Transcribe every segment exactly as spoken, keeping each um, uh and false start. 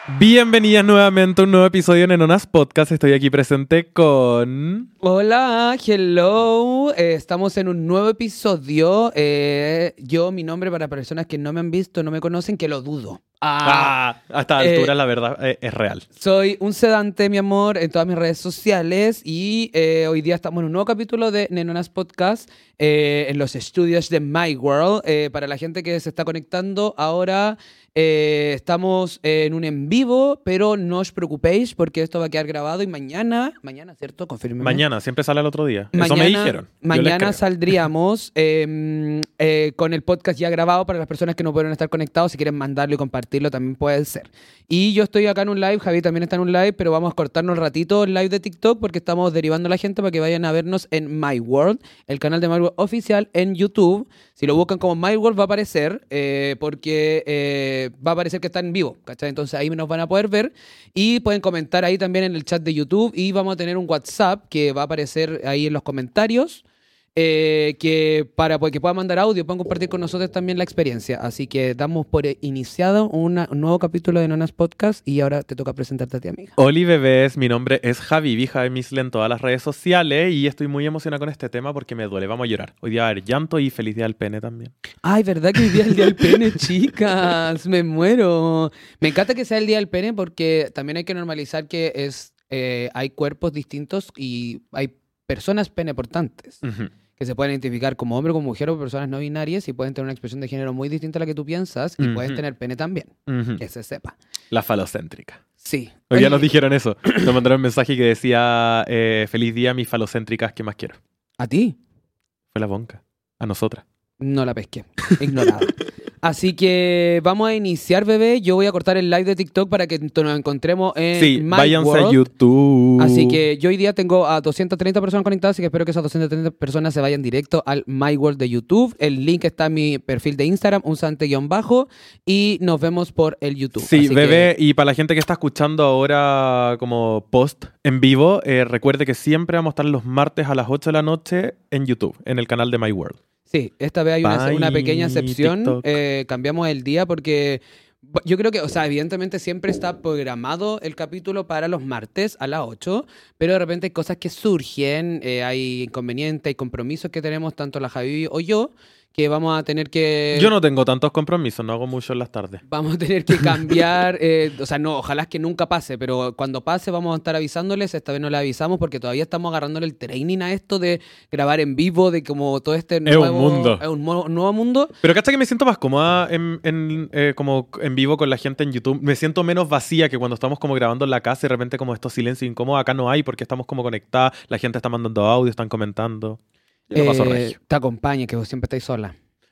Bienvenidas nuevamente a un nuevo episodio de Nenonas Podcast. Estoy aquí presente con... Hola, hello. Eh, estamos en un nuevo episodio. Eh, yo, mi nombre para personas que no me han visto, no me conocen, que lo dudo. Ah, a esta eh, altura la verdad eh, es real. Soy un sedante, mi amor, en todas mis redes sociales y eh, hoy día estamos en un nuevo capítulo de Nenonas Podcast eh, en los estudios de My World. Eh, para la gente que se está conectando ahora... Eh, estamos en un en vivo, pero no os preocupéis porque esto va a quedar grabado y mañana, mañana, ¿cierto? Confírmeme. Mañana, siempre sale el otro día. Mañana, Eso me dijeron. Yo les Mañana creo. saldríamos eh, eh, con el podcast ya grabado para las personas que no pueden estar conectados. Si quieren mandarlo y compartirlo también puede ser. Y yo estoy acá en un live, Javi también está en un live, pero vamos a cortarnos un ratito el live de TikTok porque estamos derivando a la gente para que vayan a vernos en My World, el canal de My World oficial en YouTube. Si lo buscan como My World va a aparecer eh, porque eh, va a aparecer que está en vivo, ¿cachai? Entonces ahí nos van a poder ver y pueden comentar ahí también en el chat de YouTube y vamos a tener un WhatsApp que va a aparecer ahí en los comentarios eh, que para que puedan mandar audio, puedan compartir con nosotros también la experiencia. Así que damos por iniciado una, un nuevo capítulo de Nonas Podcast y ahora te toca presentarte a ti, amiga. Oli bebés, mi nombre es Javi, Javi Misle en todas las redes sociales y estoy muy emocionada con este tema porque me duele. Vamos a llorar. Hoy día va a haber llanto y feliz día del pene también. Ay, ¿verdad que hoy día es el día del pene, chicas? Me muero. Me encanta que sea el día del pene porque también hay que normalizar que es eh, hay cuerpos distintos y hay personas pene portantes. Uh-huh. Que se pueden identificar como hombre, como mujer o personas no binarias y pueden tener una expresión de género muy distinta a la que tú piensas y Uh-huh. pueden tener pene también. Uh-huh. Que se sepa. La falocéntrica. Sí. Hoy ya Oye, nos dijeron eso. Nos mandaron un mensaje que decía eh, feliz día, mis falocéntricas que más quiero. ¿A ti? Fue la bonca. A nosotras. No la pesqué. Ignorado. Así que vamos a iniciar, bebé. Yo voy a cortar el live de TikTok para que nos encontremos en Sí, My váyanse World. a YouTube. Así que yo hoy día tengo a doscientas treinta personas conectadas, así que espero que esas doscientas treinta personas se vayan directo al My World de YouTube. El link está en mi perfil de Instagram, unsante-bajo, y nos vemos por el YouTube. Sí, Así bebé, que, y para la gente que está escuchando ahora como post en vivo, eh, recuerde que siempre vamos a estar los martes a las ocho de la noche en YouTube, en el canal de My World. sí, esta vez hay una, Bye, una pequeña excepción. TikTok. Eh, cambiamos el día porque yo creo que, o sea, evidentemente siempre está programado el capítulo para los martes a las ocho, pero de repente hay cosas que surgen, eh, hay inconvenientes, hay compromisos que tenemos tanto la Javi o yo, que vamos a tener que... Yo no tengo tantos compromisos, no hago mucho en las tardes. Vamos a tener que cambiar, eh, o sea, no, ojalá es que nunca pase, pero cuando pase vamos a estar avisándoles, esta vez no le avisamos porque todavía estamos agarrándole el training a esto de grabar en vivo, de como todo este un nuevo... mundo. Es un mo- nuevo mundo. Pero cacha que me siento más cómoda en, en, eh, como en vivo con la gente en YouTube. Me siento menos vacía que cuando estamos como grabando en la casa y de repente como estos silencios incómodos acá no hay porque estamos como conectadas, la gente está mandando audio, están comentando. Yo lo paso Eh, regio. te acompañe, que vos siempre estáis sola.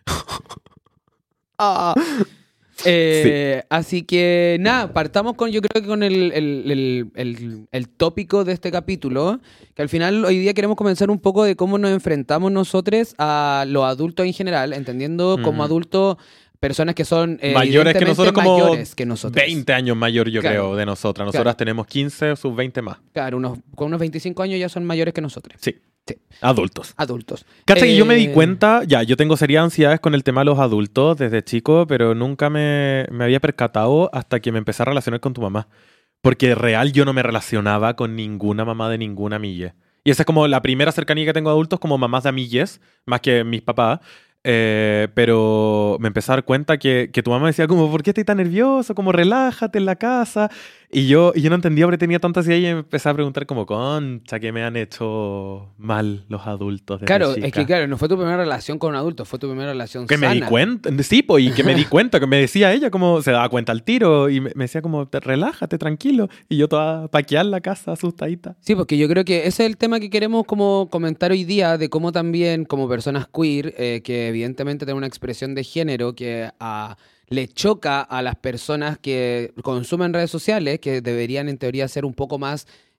Ah. Eh, Así que nada, partamos con yo creo que con el, el, el, el, el tópico de este capítulo, que al final hoy día queremos comenzar un poco de cómo nos enfrentamos nosotros a los adultos en general, entendiendo como Ujú. adultos personas que son eh, Mayores que evidentemente nosotros, como mayores que nosotros. veinte años mayor yo Claro. creo de nosotras. Nosotras Claro. tenemos quince, sus veinte más. Claro, unos, con unos veinticinco años ya son mayores que nosotros. Sí. Sí. Adultos. Adultos. Cacha que yo me di Eh, cuenta, ya, yo tengo serias ansiedades con el tema de los adultos desde chico, pero nunca me, me había percatado hasta que me empecé a relacionar con tu mamá. Porque real yo no me relacionaba con ninguna mamá de ninguna amigues. Y esa es como la primera cercanía que tengo a adultos, como mamás de amigues, más que mis papás. Eh, pero me empecé a dar cuenta que, que tu mamá me decía como, ¿por qué estás tan nervioso? Como, relájate en la casa. Y yo, y yo no entendía por qué tenía tanta ansiedad y me empecé a preguntar como, concha, ¿qué me han hecho mal los adultos desde Claro, chica? es que claro, no fue tu primera relación con un adulto, fue tu primera relación Que me di sana. cuenta, sí, pues, y que me di cuenta, que me decía ella como, se daba cuenta al tiro y me, me decía como, "Te- relájate, tranquilo". Y yo toda paquear la casa, asustadita. Sí, porque yo creo que ese es el tema que queremos como comentar hoy día, de cómo también como personas queer, eh, que evidentemente tienen una expresión de género que a le choca a las personas que consumen redes sociales, que deberían en teoría ser un poco más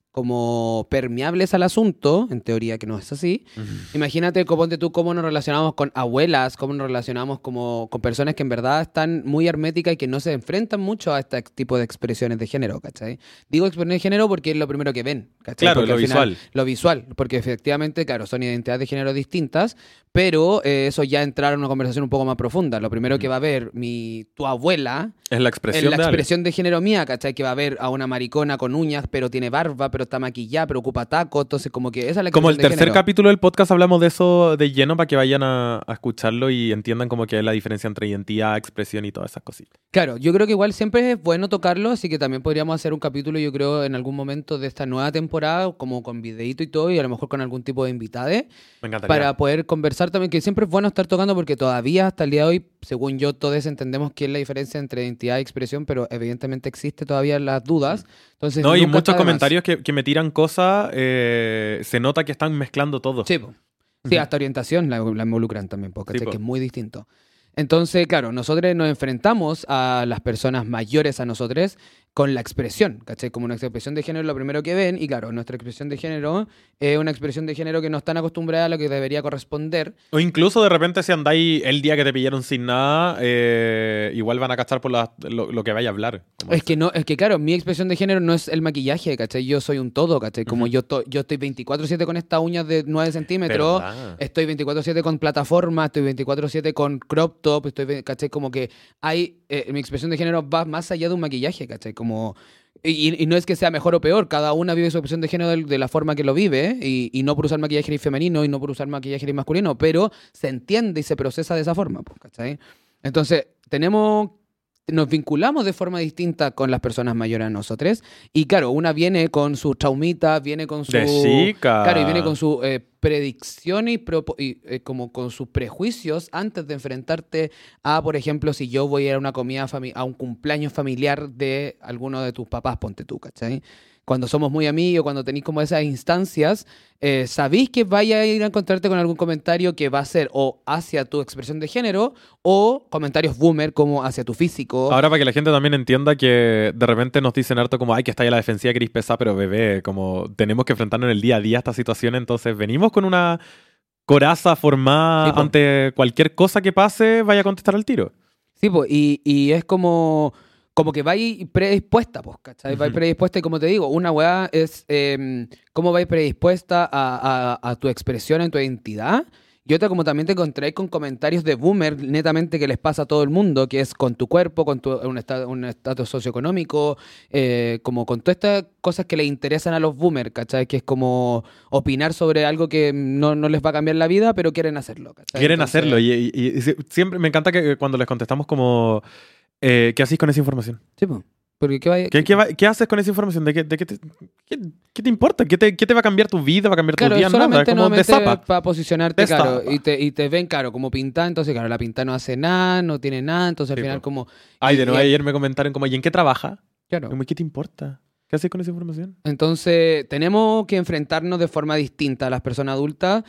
como permeables al asunto, en teoría que no es así. Ujú. Imagínate cómo, ponte tú, cómo nos relacionamos con abuelas, cómo nos relacionamos como, con personas que en verdad están muy herméticas y que no se enfrentan mucho a este tipo de expresiones de género, ¿cachai? Digo expresiones de género porque es lo primero que ven, ¿cachai? Claro, Porque lo al final- visual. Lo visual, porque efectivamente, claro, son identidades de género distintas, pero eh, eso ya entra en una conversación un poco más profunda. Lo primero que va a ver mi, tu abuela Es la es expresión la de alguien. expresión de género mía, ¿cachai? Que va a ver a una maricona con uñas, pero tiene barba, pero está maquillada, pero ocupa taco, entonces como que esa es la Como el expresión de tercer género. capítulo del podcast hablamos de eso de lleno para que vayan a, a escucharlo y entiendan como que es la diferencia entre identidad, expresión y todas esas cositas. Claro, yo creo que igual siempre es bueno tocarlo, así que también podríamos hacer un capítulo, yo creo, en algún momento de esta nueva temporada, como con videíto y todo, y a lo mejor con algún tipo de invitade, Me encantaría. para poder conversar también, que siempre es bueno estar tocando porque todavía hasta el día de hoy, según yo, todos entendemos qué es la diferencia entre identidad y expresión, pero evidentemente existe todavía las dudas. Entonces, No, y nunca muchos está de más. comentarios que, que me tiran cosas, eh, se nota que están mezclando todo. Sí, po. Sí, Ujú. hasta orientación la, la involucran también, po, ¿cachai? Sí, po. Que es muy distinto. Entonces, claro, nosotros nos enfrentamos a las personas mayores a nosotros con la expresión, ¿cachai? Como una expresión de género es lo primero que ven, y claro, nuestra expresión de género es una expresión de género que no están acostumbradas a lo que debería corresponder. O incluso de repente si andáis el día que te pillaron sin nada, eh, igual van a cachar por la- lo, lo que vaya a hablar. Como Es que no, es que claro, mi expresión de género no es el maquillaje, ¿cachai? Yo soy un todo, ¿cachai? Como Ujú. yo, to- yo estoy veinticuatro siete con estas uñas de nueve centímetros, ¿Verdad? estoy veinticuatro siete con plataforma, estoy veinticuatro siete con crop top, estoy, ve- ¿cachai? Como que hay, eh, mi expresión de género va más allá de un maquillaje, ¿cachai? Como, y, y no es que sea mejor o peor, cada una vive su expresión de género de, de la forma que lo vive, y, y no por usar maquillaje ni femenino y no por usar maquillaje ni masculino, pero se entiende y se procesa de esa forma, pues, ¿cachai? Entonces, tenemos... Nos vinculamos de forma distinta con las personas mayores a nosotros. Y claro, una viene con sus traumitas, viene con su... De chica. Claro, y viene con su eh, predicción y, propo- y, eh, como con sus prejuicios antes de enfrentarte a, por ejemplo, si yo voy a ir a una comida, fami- a un cumpleaños familiar de alguno de tus papás, ponte tú, ¿cachai? Cuando somos muy amigos, cuando tenéis como esas instancias, eh, sabéis que vaya a ir a encontrarte con algún comentario que va a ser o hacia tu expresión de género o comentarios boomer como hacia tu físico. Ahora para que la gente también entienda que de repente nos dicen harto como, ay, que está ahí a la defensiva, Cris pesa, pero bebé, como tenemos que enfrentarnos en el día a día a esta situación, entonces venimos con una coraza formada Sí, po. ante cualquier cosa que pase, vaya a contestar al tiro. Sí, pues, y, y es como, como que vais predispuesta, pues, ¿cachai? Vais Ujú. predispuesta y como te digo, una weá es eh, cómo vais predispuesta a, a- a tu expresión en tu identidad. Y otra, como también te encontráis con comentarios de boomer netamente que les pasa a todo el mundo, que es con tu cuerpo, con tu, un estatus un estatus socioeconómico, eh, como con todas estas cosas que les interesan a los boomers, ¿cachai? Que es como opinar sobre algo que no, no les va a cambiar la vida, pero quieren hacerlo, ¿cachai? Quieren Entonces, hacerlo y, y- y si- siempre me encanta que cuando les contestamos como, eh, ¿qué hacéis con esa información? Sí, pues. Porque ¿qué, vaya- ¿Qué, qué, va- qué haces con esa información? ¿De qué, de qué, te, qué, qué te importa? ¿Qué te, qué te va a cambiar tu vida? ¿Va a cambiar Claro, tu día? es Nada, solamente es como nuevamente desapa. para posicionarte, Destapa. claro, y te, y te ven, claro, como pintada, entonces, claro, la pintada no hace nada, no tiene nada, entonces al Sí, final po. como... Ay, y- de nuevo y- ayer me comentaron como, ¿y en qué trabaja? Claro. Como, ¿qué te importa? ¿Qué haces con esa información? Entonces, tenemos que enfrentarnos de forma distinta a las personas adultas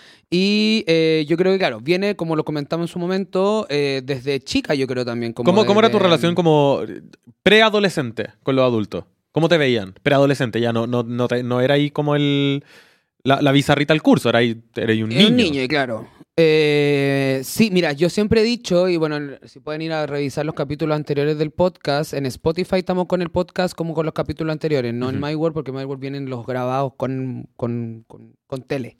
y eh, yo creo que, claro, viene, como lo comentamos en su momento, eh, desde chica, yo creo también. Como ¿Cómo, ¿Cómo era tu desde- relación como preadolescente con los adultos? ¿Cómo te veían? Preadolescente, ya no, no, no, te- no era ahí como el la, la bizarrita del curso, era ahí, era ahí un Es niño. un niño, claro. Eh, sí, mira, yo siempre he dicho, y bueno, si pueden ir a revisar los capítulos anteriores del podcast, en Spotify estamos con el podcast como con los capítulos anteriores, no en Ujú. MyWorld, porque en MyWorld vienen los grabados con, con, con, con tele.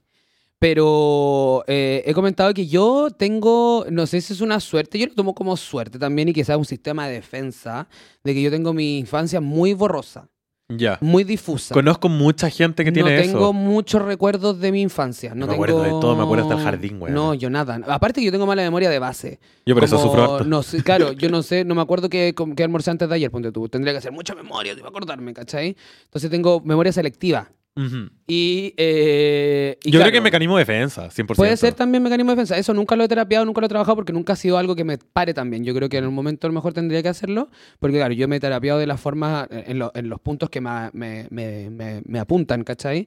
Pero eh, he comentado que yo tengo, no sé si es una suerte, yo lo tomo como suerte también y quizás un sistema de defensa, de que yo tengo mi infancia muy borrosa, Ya. muy difusa. Conozco mucha gente que tiene no tengo eso. muchos recuerdos de mi infancia. No me tengo... acuerdo de todo, me acuerdo hasta el jardín, weón. No, yo nada. Aparte que yo tengo mala memoria de base. Yo por eso Como, sufro harto. No sé, claro, yo no sé, no me acuerdo qué, qué almorcé antes de ayer, ponte tú. Tendría que hacer mucha memoria, te iba a acordarme, ¿cachai? Entonces tengo memoria selectiva. Ujú. Y, eh, y Yo creo claro, que es mecanismo de defensa, cien por ciento. puede ser también mecanismo de defensa. Eso nunca lo he terapiado, nunca lo he trabajado porque nunca ha sido algo que me pare también. Yo creo que en un momento a lo mejor tendría que hacerlo porque, claro, yo me he terapiado de las formas, en, lo- en los puntos que me, me, me, me- me apuntan, ¿cachai?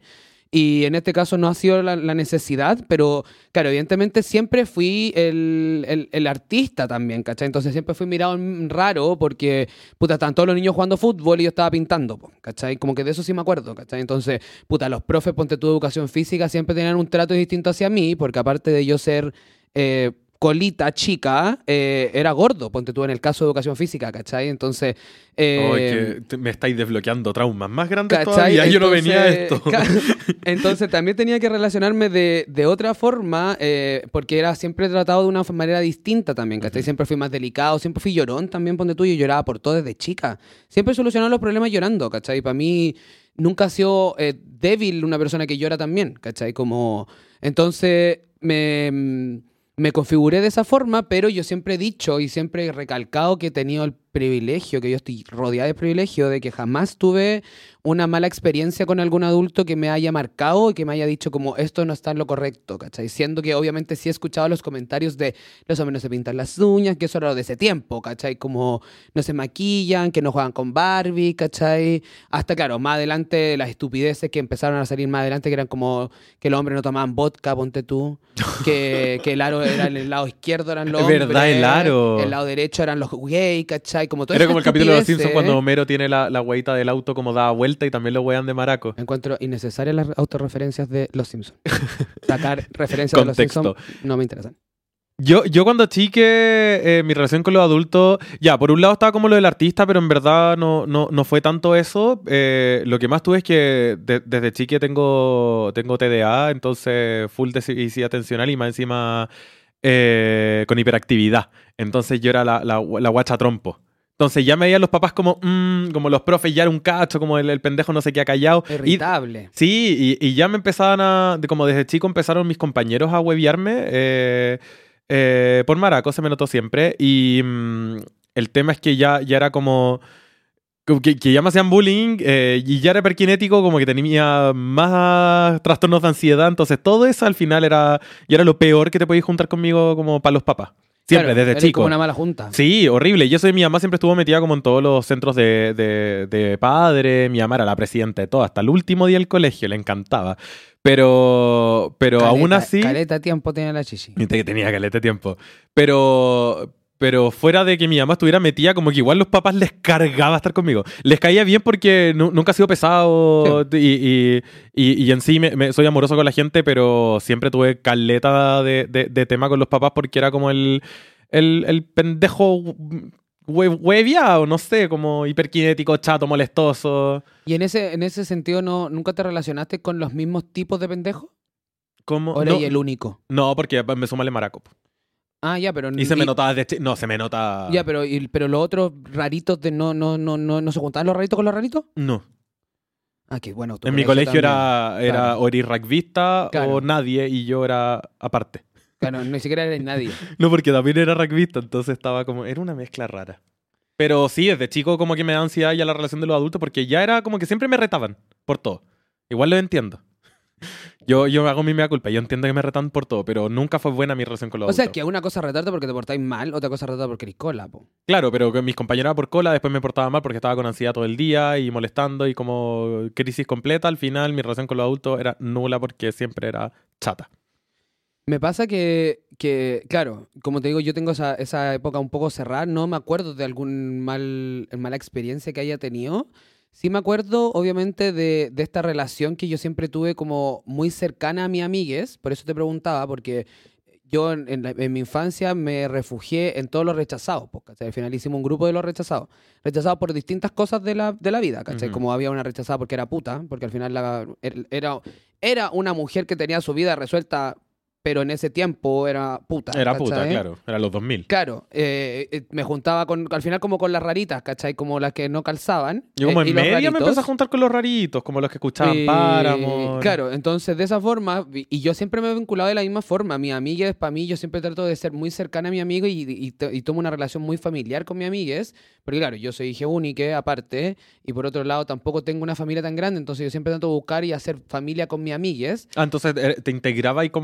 Y en este caso no ha sido la, la necesidad, pero claro, evidentemente siempre fui el, el, el artista también, ¿cachai? Entonces siempre fui mirado raro porque, puta, estaban todos los niños jugando fútbol y yo estaba pintando, po, ¿cachai? Como que de eso sí me acuerdo, ¿cachai? Entonces, puta, los profes, ponte tu educación física, siempre tenían un trato distinto hacia mí, porque aparte de yo ser... Eh, colita chica, eh, era gordo, ponte tú en el caso de educación física, ¿cachai? Entonces... Eh, Ay, que te- me estáis desbloqueando traumas más grandes ¿cachai? todavía. Yo no Entonces, venía a esto. ca- Entonces también tenía que relacionarme de, de otra forma, eh, porque era siempre tratado de una manera distinta también, ¿cachai? Ujú. Siempre fui más delicado, siempre fui llorón también, ponte tú, yo lloraba por todo desde chica. Siempre solucionaba los problemas llorando, ¿cachai? Para mí nunca ha sido eh, débil una persona que llora también, ¿cachai? Como... Entonces me... Me configuré de esa forma, pero yo siempre he dicho y siempre he recalcado que he tenido el privilegio, que yo estoy rodeado de privilegio, de que jamás tuve una mala experiencia con algún adulto que me haya marcado y que me haya dicho como esto no está en lo correcto, ¿cachai? Siendo que obviamente sí he escuchado los comentarios de los hombres no se pintan las uñas, que eso era lo de ese tiempo, ¿cachai? Como no se maquillan, que no juegan con Barbie, ¿cachai? Hasta claro, más adelante las estupideces que empezaron a salir más adelante, que eran como que los hombres no tomaban vodka, ponte tú, que, que el aro era el lado izquierdo eran los Es hombres, verdad, el aro. el lado derecho eran los gays, ¿cachai? Como todas Era esas como el capítulo de Los estupideces. Simpsons cuando Homero tiene la, la hueita del auto como dada vuelta y también lo huean de maraco. Encuentro innecesarias las autorreferencias de Los Simpsons. Sacar referencias de Los Contexto. Simpsons no me interesan. Yo, yo cuando chique, eh, mi relación con los adultos, ya, por un lado estaba como lo del artista, pero en verdad no, no, no fue tanto eso. Eh, lo que más tuve es que de- desde chique tengo, tengo T D A, entonces full déficit atencional y más encima eh, con hiperactividad. Entonces yo era la, la, la guacha trompo. Entonces ya me veían los papás como, mm, como los profes, ya era un cacho, como el, el pendejo no se queda callado. Y, Irritable. sí, y, y ya me empezaban a, de- como desde chico empezaron mis compañeros a hueviarme. Eh, eh, por maraco se me notó siempre. Y mm, el tema es que ya, ya era como... como Que, que ya me hacían bullying eh, y ya era hiperkinético, como que tenía más trastornos de ansiedad. Entonces todo eso al final era, y era lo peor que te podías juntar conmigo como para los papás. Siempre, Claro, desde eres chico. como una mala junta. Sí, horrible. Y eso de mi mamá siempre estuvo metida como en todos los centros de, de, de padre. Mi mamá era la presidenta de todo, hasta el último día del colegio, le encantaba. Pero, pero Caleta- aún así... Caleta tiempo tenía la chichi. Y te- tenía caleta de tiempo. Pero, pero fuera de que mi mamá estuviera metida, como que igual los papás les cargaba estar conmigo. Les caía bien porque nu- nunca ha sido pesado y, y, y- y en sí me, me- soy amoroso con la gente, pero siempre tuve caleta de, de- de tema con los papás porque era como el, el, el pendejo hue- hueviado, no sé, como hiperkinético, chato, molestoso. ¿Y en ese, en ese sentido no, nunca te relacionaste con los mismos tipos de pendejos? Como, ¿O eres no, el único? no, porque me suma el maraco. Ah, ya, pero... Y se me notaba desde... chi- No, se me nota... Ya, pero, y- pero los otros raritos de no, no, no, no, no se juntaban los raritos con los raritos. No. Ah, que bueno. tu En mi colegio también. era, era Claro. o eres rugbyista Claro. o nadie y yo era aparte. Claro, ni siquiera eres nadie. No, porque también era rugbyista, entonces estaba como... Era una mezcla rara. Pero sí, desde chico como que me da ansiedad ya la relación de los adultos porque ya era como que siempre me retaban por todo. Igual lo entiendo. Yo, yo hago mi mea culpa, yo entiendo que me retan por todo, pero nunca fue buena mi relación con los O sea, adultos. que una cosa es retarte porque te portáis mal, otra cosa es retarte porque eres cola, po. Claro, pero que mis compañeros eran por cola, después me portaba mal porque estaba con ansiedad todo el día y molestando y como crisis completa. Al final mi relación con los adultos era nula porque siempre era chata. Me pasa que, que, claro, como te digo, yo tengo esa, esa época un poco cerrada, no me acuerdo de algún mal, mala experiencia que haya tenido. Sí me acuerdo, obviamente, de, de esta relación que yo siempre tuve como muy cercana a mis amigues, por eso te preguntaba, porque yo en, en la- en mi infancia me refugié en todos los rechazados, pues, ¿cachai? Al final hicimos un grupo de los rechazados, rechazados por distintas cosas de la, de la vida, ¿cachai? Ujú. Como había una rechazada porque era puta, porque al final la- er- era, era una mujer que tenía su vida resuelta, pero en ese tiempo era puta. Era puta, ¿cachai? claro. Era los dos mil. Claro, eh, eh, me juntaba con, al final como con las raritas, ¿cachai? Como las que no calzaban. Yo como eh, en y los media me raritos. empecé a juntar con los raritos, como los que escuchaban Eh, Paramore. Claro, entonces de esa forma, y y yo siempre me he vinculado de la misma forma. Mi amiga, para mí, yo siempre trato de ser muy cercana a mi amigo y, y, to- y tomo una relación muy familiar con mi amigues, porque claro, yo soy hija única aparte, y por otro lado tampoco tengo una familia tan grande, entonces yo siempre trato de buscar y hacer familia con mis amigues. Ah, entonces eh, te integraba ahí como en, Eso te en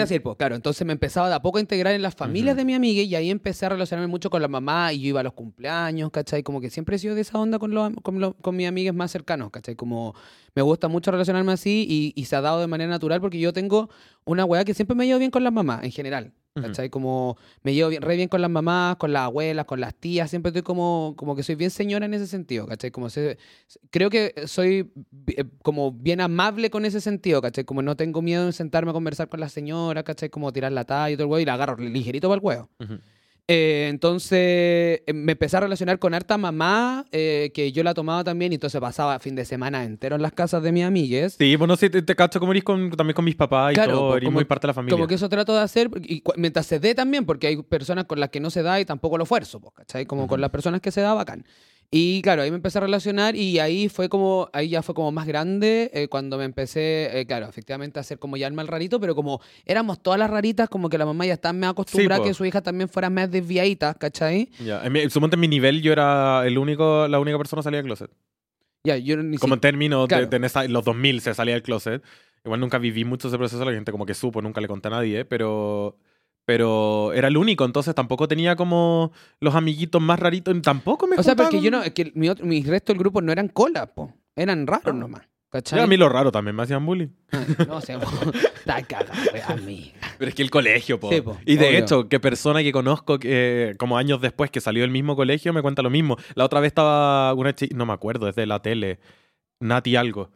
a decir, pues claro, entonces me empezaba de a poco a integrar en las familias Ujú. de mi amiga y ahí empecé a relacionarme mucho con la mamá y yo iba a los cumpleaños, ¿cachai? Como que siempre he sido de esa onda con, los, con, los- con mis amigas más cercanos, ¿cachai? Como me gusta mucho relacionarme así y, y se ha dado de manera natural porque yo tengo una weá que siempre me llevo bien con las mamás en general. Ujú. ¿Cachai? Como me llevo bien- re bien con las mamás, con las abuelas, con las tías, siempre estoy como, como que soy bien señora en ese sentido, ¿cachai? Como se, creo que soy bi- eh, como bien amable con ese sentido, ¿cachai? Como no tengo miedo en sentarme a conversar con la señora, ¿cachai? Como tirar la talla y todo el huevo y la agarro ligerito para el huevo. Ujú. Eh, entonces eh, me empecé a relacionar con harta mamá, eh, que yo la tomaba también y entonces pasaba fin de semana entero en las casas de mis amigues. Sí, bueno, sí, te, te cacho como eres con, también con mis papás y Claro, todo, pues, eres como, muy parte de la familia. como que eso trato de hacer, y cu- mientras se dé también, porque hay personas con las que no se da y tampoco lo esfuerzo, pues, ¿cachai? Como con Ujú. las personas que se da, bacán. Y claro, ahí me empecé a relacionar y ahí fue como, ahí ya fue como más grande, eh, cuando me empecé, eh, claro, efectivamente a hacer como ya el mal rarito, pero como éramos todas las raritas, como que la mamá ya está más acostumbrada a po. que su hija también fuera más desviadita, ¿cachai? Ya, en mi, suponte en mi nivel yo era el único, la única persona que salía del closet. Ya, yo ni Como en siquiera... términos de, Claro. de en esa- en los dos mil se salía del closet. Igual nunca viví mucho ese proceso, la gente como que supo, nunca le conté a nadie, pero, pero era el único, entonces tampoco tenía como los amiguitos más raritos, tampoco me O sea, juntaba porque yo con- no, es que mi, otro- mi resto del grupo no eran colas, po. Eran raros Ah. nomás, Ya, ¿cachai? a mí lo raro también me hacían bullying. No sé, po. Está cagado, amiga. Pero es que el colegio, po. Sí, po, Y de obvio. hecho, qué persona que conozco que como años después que salió del mismo colegio me cuenta lo mismo. La otra vez estaba una chica, no me acuerdo, es de la tele, Nati algo.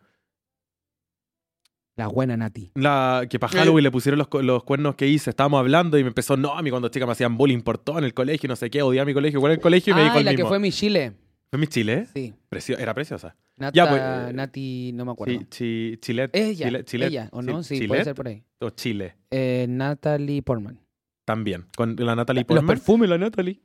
La buena Nati. La, que para Halloween le pusieron los, cu- los cuernos que hice. Estábamos hablando y me empezó, no, a mí cuando chica me hacían bullying por todo en el colegio, no sé qué, odiaba mi colegio, igual el colegio y me dijo Ah, y el la mismo. que fue mi Chile. ¿Fue mi Chile? Sí. Precio- era preciosa. Nata, Ya, pues, eh, Nati, no me acuerdo. Sí, chi, Chilet. Ella, Chilet, Chilet, ella, ¿o sí, no? Sí, Chilet puede ser por ahí. o Chile. Eh, Natalie Portman. También, con la Natalie Los Portman. perfumes, la Natalie.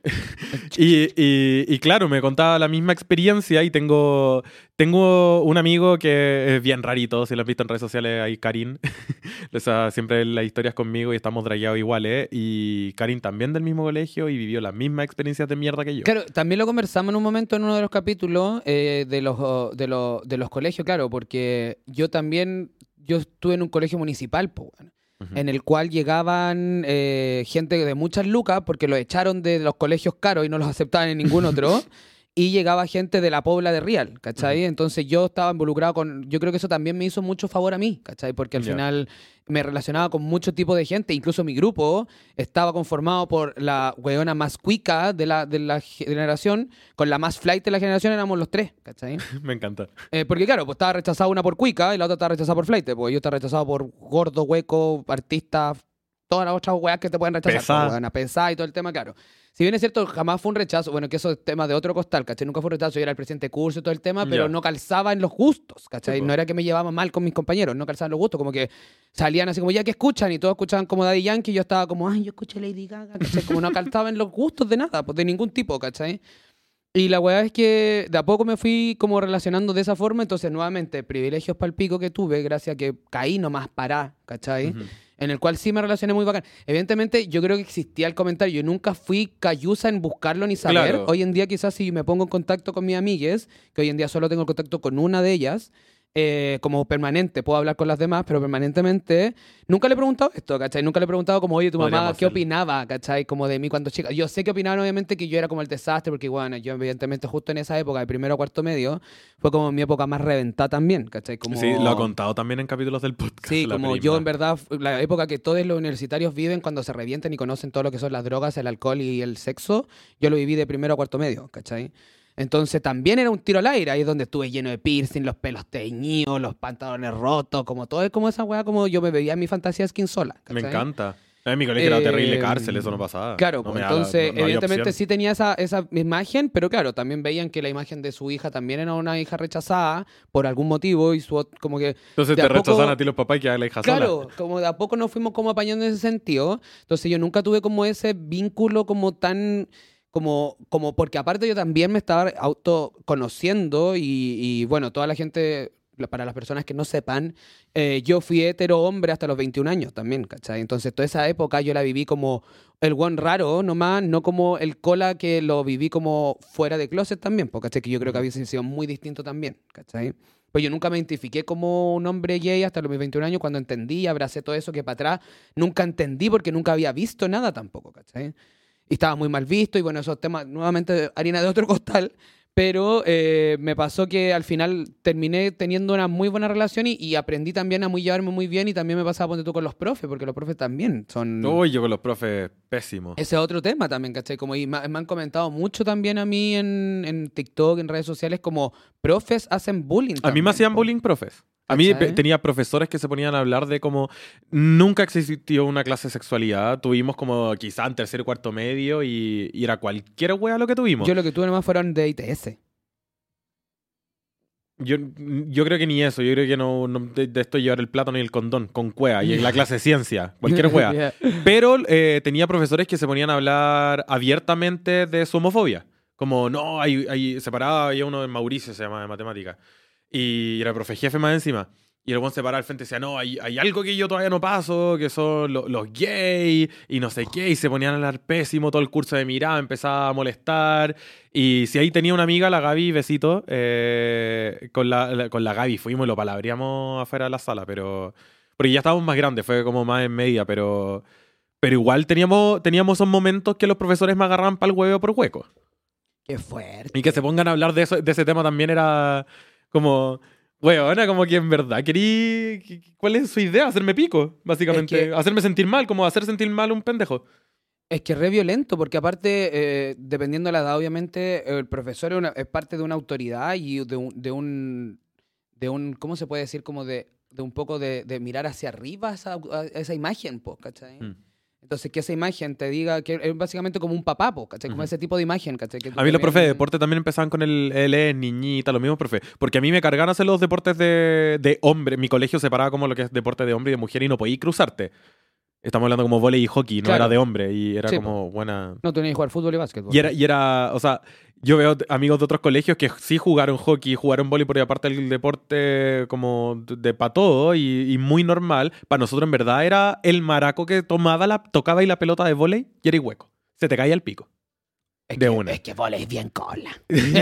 Y, y- y claro, me contaba la misma experiencia y tengo, tengo un amigo que es bien rarito, si lo has visto en redes sociales, ahí Karin. O sea, siempre las historias conmigo y estamos dragueados iguales. Y Karin también del mismo colegio y vivió las mismas experiencias de mierda que yo. Claro, también lo conversamos en un momento en uno de los capítulos eh, de, los, oh, de, los, de los colegios, claro, porque yo también, yo estuve en un colegio municipal, po, bueno, Ujú. en el cual llegaban eh, gente de muchas lucas porque los echaron de los colegios caros y no los aceptaban en ningún otro. Y llegaba gente de la Pobla de Real, ¿cachai? Ujú. Entonces yo estaba involucrado con... Yo creo que eso también me hizo mucho favor a mí, ¿cachai? Porque al Ya. final me relacionaba con mucho tipo de gente. Incluso mi grupo estaba conformado por la weona más cuica de la, de la generación, con la más flight de la generación éramos los tres, ¿cachai? Me encanta. Eh, porque claro, pues estaba rechazada una por cuica y la otra estaba rechazada por flight. Pues yo estaba rechazado por gordo, hueco, artista, todas las otras weas que te pueden rechazar. Pesada. Pues, weona, pesada y todo el tema, claro. Si bien es cierto, jamás fue un rechazo, bueno, que eso es tema de otro costal, ¿cachai? Nunca fue un rechazo, yo era el presidente de curso y todo el tema, pero Ya. no calzaba en los gustos, ¿cachai? Sí, po. No era que me llevaba mal con mis compañeros, no calzaba en los gustos, como que salían así como, ya que escuchan, y todos escuchaban como Daddy Yankee, y yo estaba como, ay, yo escuché Lady Gaga, ¿cachai? Como no calzaba en los gustos de nada, pues de ningún tipo, ¿cachai? Y la weá es que de a poco me fui como relacionando de esa forma, entonces nuevamente, privilegios para el pico que tuve, gracias a que caí nomás pará, ¿cachai? Ujú. En el cual sí me relacioné muy bacán. Evidentemente, yo creo que existía el comentario. Yo nunca fui cayusa en buscarlo ni saber. Claro. Hoy en día, quizás, si me pongo en contacto con mis amigues, que hoy en día solo tengo contacto con una de ellas, eh, como permanente, puedo hablar con las demás, pero permanentemente, nunca le he preguntado esto, ¿cachai? Nunca le he preguntado como, oye, tu mamá, Podríamos ¿qué hacerlo. opinaba, ¿cachai? Como de mí cuando chica. Yo sé que opinaban, obviamente, que yo era como el desastre, porque, bueno, yo, evidentemente, justo en esa época, de primero a cuarto medio, fue como mi época más reventada también, ¿cachai? Como... Sí, lo ha contado también en capítulos del podcast. Sí, la como prima. yo en verdad, la época que todos los universitarios viven cuando se revientan y conocen todo lo que son las drogas, el alcohol y el sexo, yo lo viví de primero a cuarto medio, ¿cachai? Entonces también era un tiro al aire, ahí es donde estuve lleno de piercing, los pelos teñidos, los pantalones rotos, como todo es como esa weá, como yo me veía en mi fantasía skin sola, Me ¿cachai? encanta. En mi colegio era terrible Eh, cárcel, eso no pasaba. Claro, No pues, me daba- entonces, no- no había evidentemente opción. sí tenía esa, esa imagen, pero claro, también veían que la imagen de su hija también era una hija rechazada por algún motivo y su ot- como que Entonces de te a poco- rechazan a ti los papás y queda la hija sola. Claro, como de a poco nos fuimos como apañando en ese sentido. Entonces yo nunca tuve como ese vínculo como tan... Como, como porque aparte yo también me estaba autoconociendo y, y bueno, toda la gente para las personas que no sepan, eh, yo fui hetero hombre hasta los veintiún años también, ¿cachai? Entonces toda esa época yo la viví como el buen raro nomás, no como el cola que lo viví como fuera de closet también, porque ¿cachai? Que yo creo que había sido muy distinto también, ¿cachai? Pues yo nunca me identifiqué como un hombre gay hasta los mis veintiún años cuando entendí, abracé todo eso que para atrás nunca entendí porque nunca había visto nada tampoco, ¿cachai? Y estaba muy mal visto y bueno, esos temas, nuevamente harina de otro costal, pero eh, me pasó que al final terminé teniendo una muy buena relación y, y aprendí también a muy llevarme muy bien y también me pasaba, ponte tú, con los profes, porque los profes también son... Uy, yo con los profes, pésimo. Ese es otro tema también, ¿cachai? Como, y me, me han comentado mucho también a mí en, en TikTok, en redes sociales, como profes hacen bullying A mí me también, hacían po. bullying profes. A mí ¿Cachai? pe- tenía profesores que se ponían a hablar de cómo nunca existió una clase de sexualidad. Tuvimos como quizá en tercer o cuarto medio y, y era cualquier wea lo que tuvimos. Yo lo que tuve nomás fueron de I T S. Yo, yo creo que ni eso. Yo creo que no, no de, de esto llevar el plátano y el condón con cuea. Y en la clase de ciencia. Cualquier wea. Yeah. Pero eh, tenía profesores que se ponían a hablar abiertamente de su homofobia. Como, no, hay, hay separado, había uno de Mauricio, se llama, de matemática. Y era el profe jefe más encima. Y el buen se paraba al frente y decía, no, hay, hay algo que yo todavía no paso, que son lo- los gays y no sé qué. Y se ponían a hablar pésimo todo el curso de mirada, empezaba a molestar. Y si ahí tenía una amiga, la Gaby, besito, eh, con, la, la- con la Gaby fuimos y lo palabreamos afuera de la sala, pero... Porque ya estábamos más grandes, fue como más en media, pero... Pero igual teníamos, teníamos esos momentos que los profesores me agarraban para el huevo por hueco. Qué fuerte. Y que se pongan a hablar de, eso, de ese tema también era como... Weona, como que en verdad querí... ¿Cuál es su idea? Hacerme pico, básicamente. Es que- Hacerme sentir mal, como hacer sentir mal a un pendejo. Es que es re violento, porque aparte, eh, dependiendo de la edad, obviamente, el profesor es, una- es parte de una autoridad y de un, de un, de un ¿cómo se puede decir? Como de, de un poco de, de mirar hacia arriba a esa, a esa imagen, po, ¿cachai? Mm. Entonces, que esa imagen te diga que es básicamente como un papá, po, ¿cachai? Como Ujú. ese tipo de imagen, ¿cachai? Que tú A mí te los ven- profes de deporte también empezaban con el L E, niñita, los mismos profes. Porque a mí me cargan hacer los deportes de, de hombre. Mi colegio separaba como lo que es deporte de hombre y de mujer y no podías cruzarte. Estamos hablando como vóley y hockey, no Claro. era de hombre y era Sí, como buena... No, tenés que jugar fútbol y básquetbol. Y era, y era, o sea, yo veo t- amigos de otros colegios que sí jugaron hockey, jugaron voleibol y aparte el deporte como de, de pa' todo y, y muy normal. Para nosotros en verdad era el maraco que tomaba la, tocaba y la pelota de vóley y era hueco. Se te caía el pico. es de que, una. Es que vole es bien cola.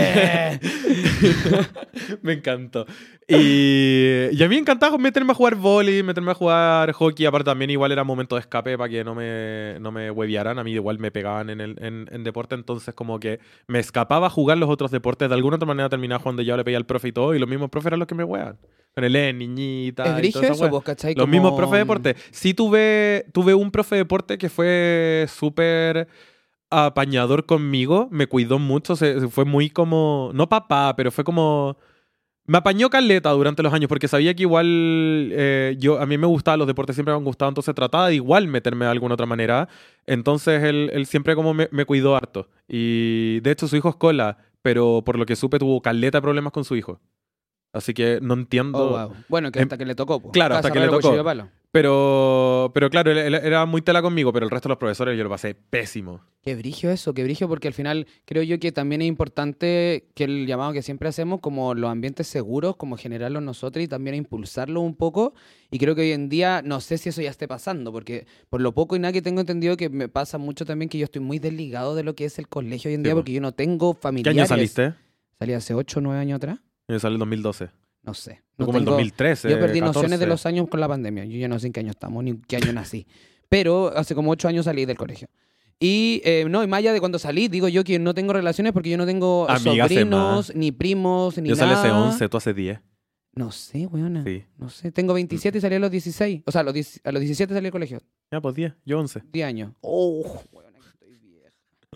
Me encantó. Y, y a mí me encantaba meterme a jugar vóley, meterme a jugar hockey. Aparte también igual era momento de escape para que no me, no me hueviaran. A mí igual me pegaban en, el, en, en deporte, entonces como que me escapaba a jugar los otros deportes. De alguna otra manera terminaba jugando yo le pedía al profe y todo. Y los mismos profes eran los que me huean. Con el E, niñita. Es y brillo toda esa eso, wea. vos, ¿cachai? Los Como- mismos profes de deporte. Sí tuve, tuve un profe de deporte que fue súper apañador conmigo, me cuidó mucho, se, se fue muy como, no papá, pero fue como, me apañó caleta durante los años porque sabía que igual eh, yo, a mí me gustaban los deportes, siempre me han gustado, entonces trataba de igual meterme de alguna otra manera, entonces él, él siempre como me, me cuidó harto y de hecho su hijo es cola, pero por lo que supe tuvo caleta de problemas con su hijo, así que no entiendo... Oh, wow. Bueno, que Em, hasta que le tocó, po. claro, hasta Casa que le raro, tocó. cuchillo de palo. Pero, pero claro, él, él era muy tela conmigo, pero el resto de los profesores yo lo pasé pésimo. Qué brigio eso, qué brigio, porque al final creo yo que también es importante que el llamado que siempre hacemos, como los ambientes seguros, como generarlos nosotros y también impulsarlos un poco. Y creo que hoy en día, no sé si eso ya esté pasando, porque por lo poco y nada que tengo entendido que me pasa mucho también que yo estoy muy desligado de lo que es el colegio hoy en Sí, día, po. porque yo no tengo ¿Qué familiares. año saliste? Salí hace ocho o nueve años atrás. Yo salí en el dos mil doce. No sé. No No como el tengo- dos mil trece. Yo perdí nociones catorce. de los años con la pandemia. Yo ya no sé en qué año estamos ni en qué año nací. Pero hace como ocho años salí del colegio. Y eh, no, y más allá de cuando salí, digo yo que no tengo relaciones porque yo no tengo Amiga, hace sobrinos, ni primos, ni Yo salí nada. hace once, tú hace diez. No sé, weona. Sí. No sé. Tengo veintisiete y salí a los dieciséis. O sea, a los, diez a los diecisiete salí del colegio. Ya, pues diez. Yo once. diez años. Oh, weona, que estoy vieja.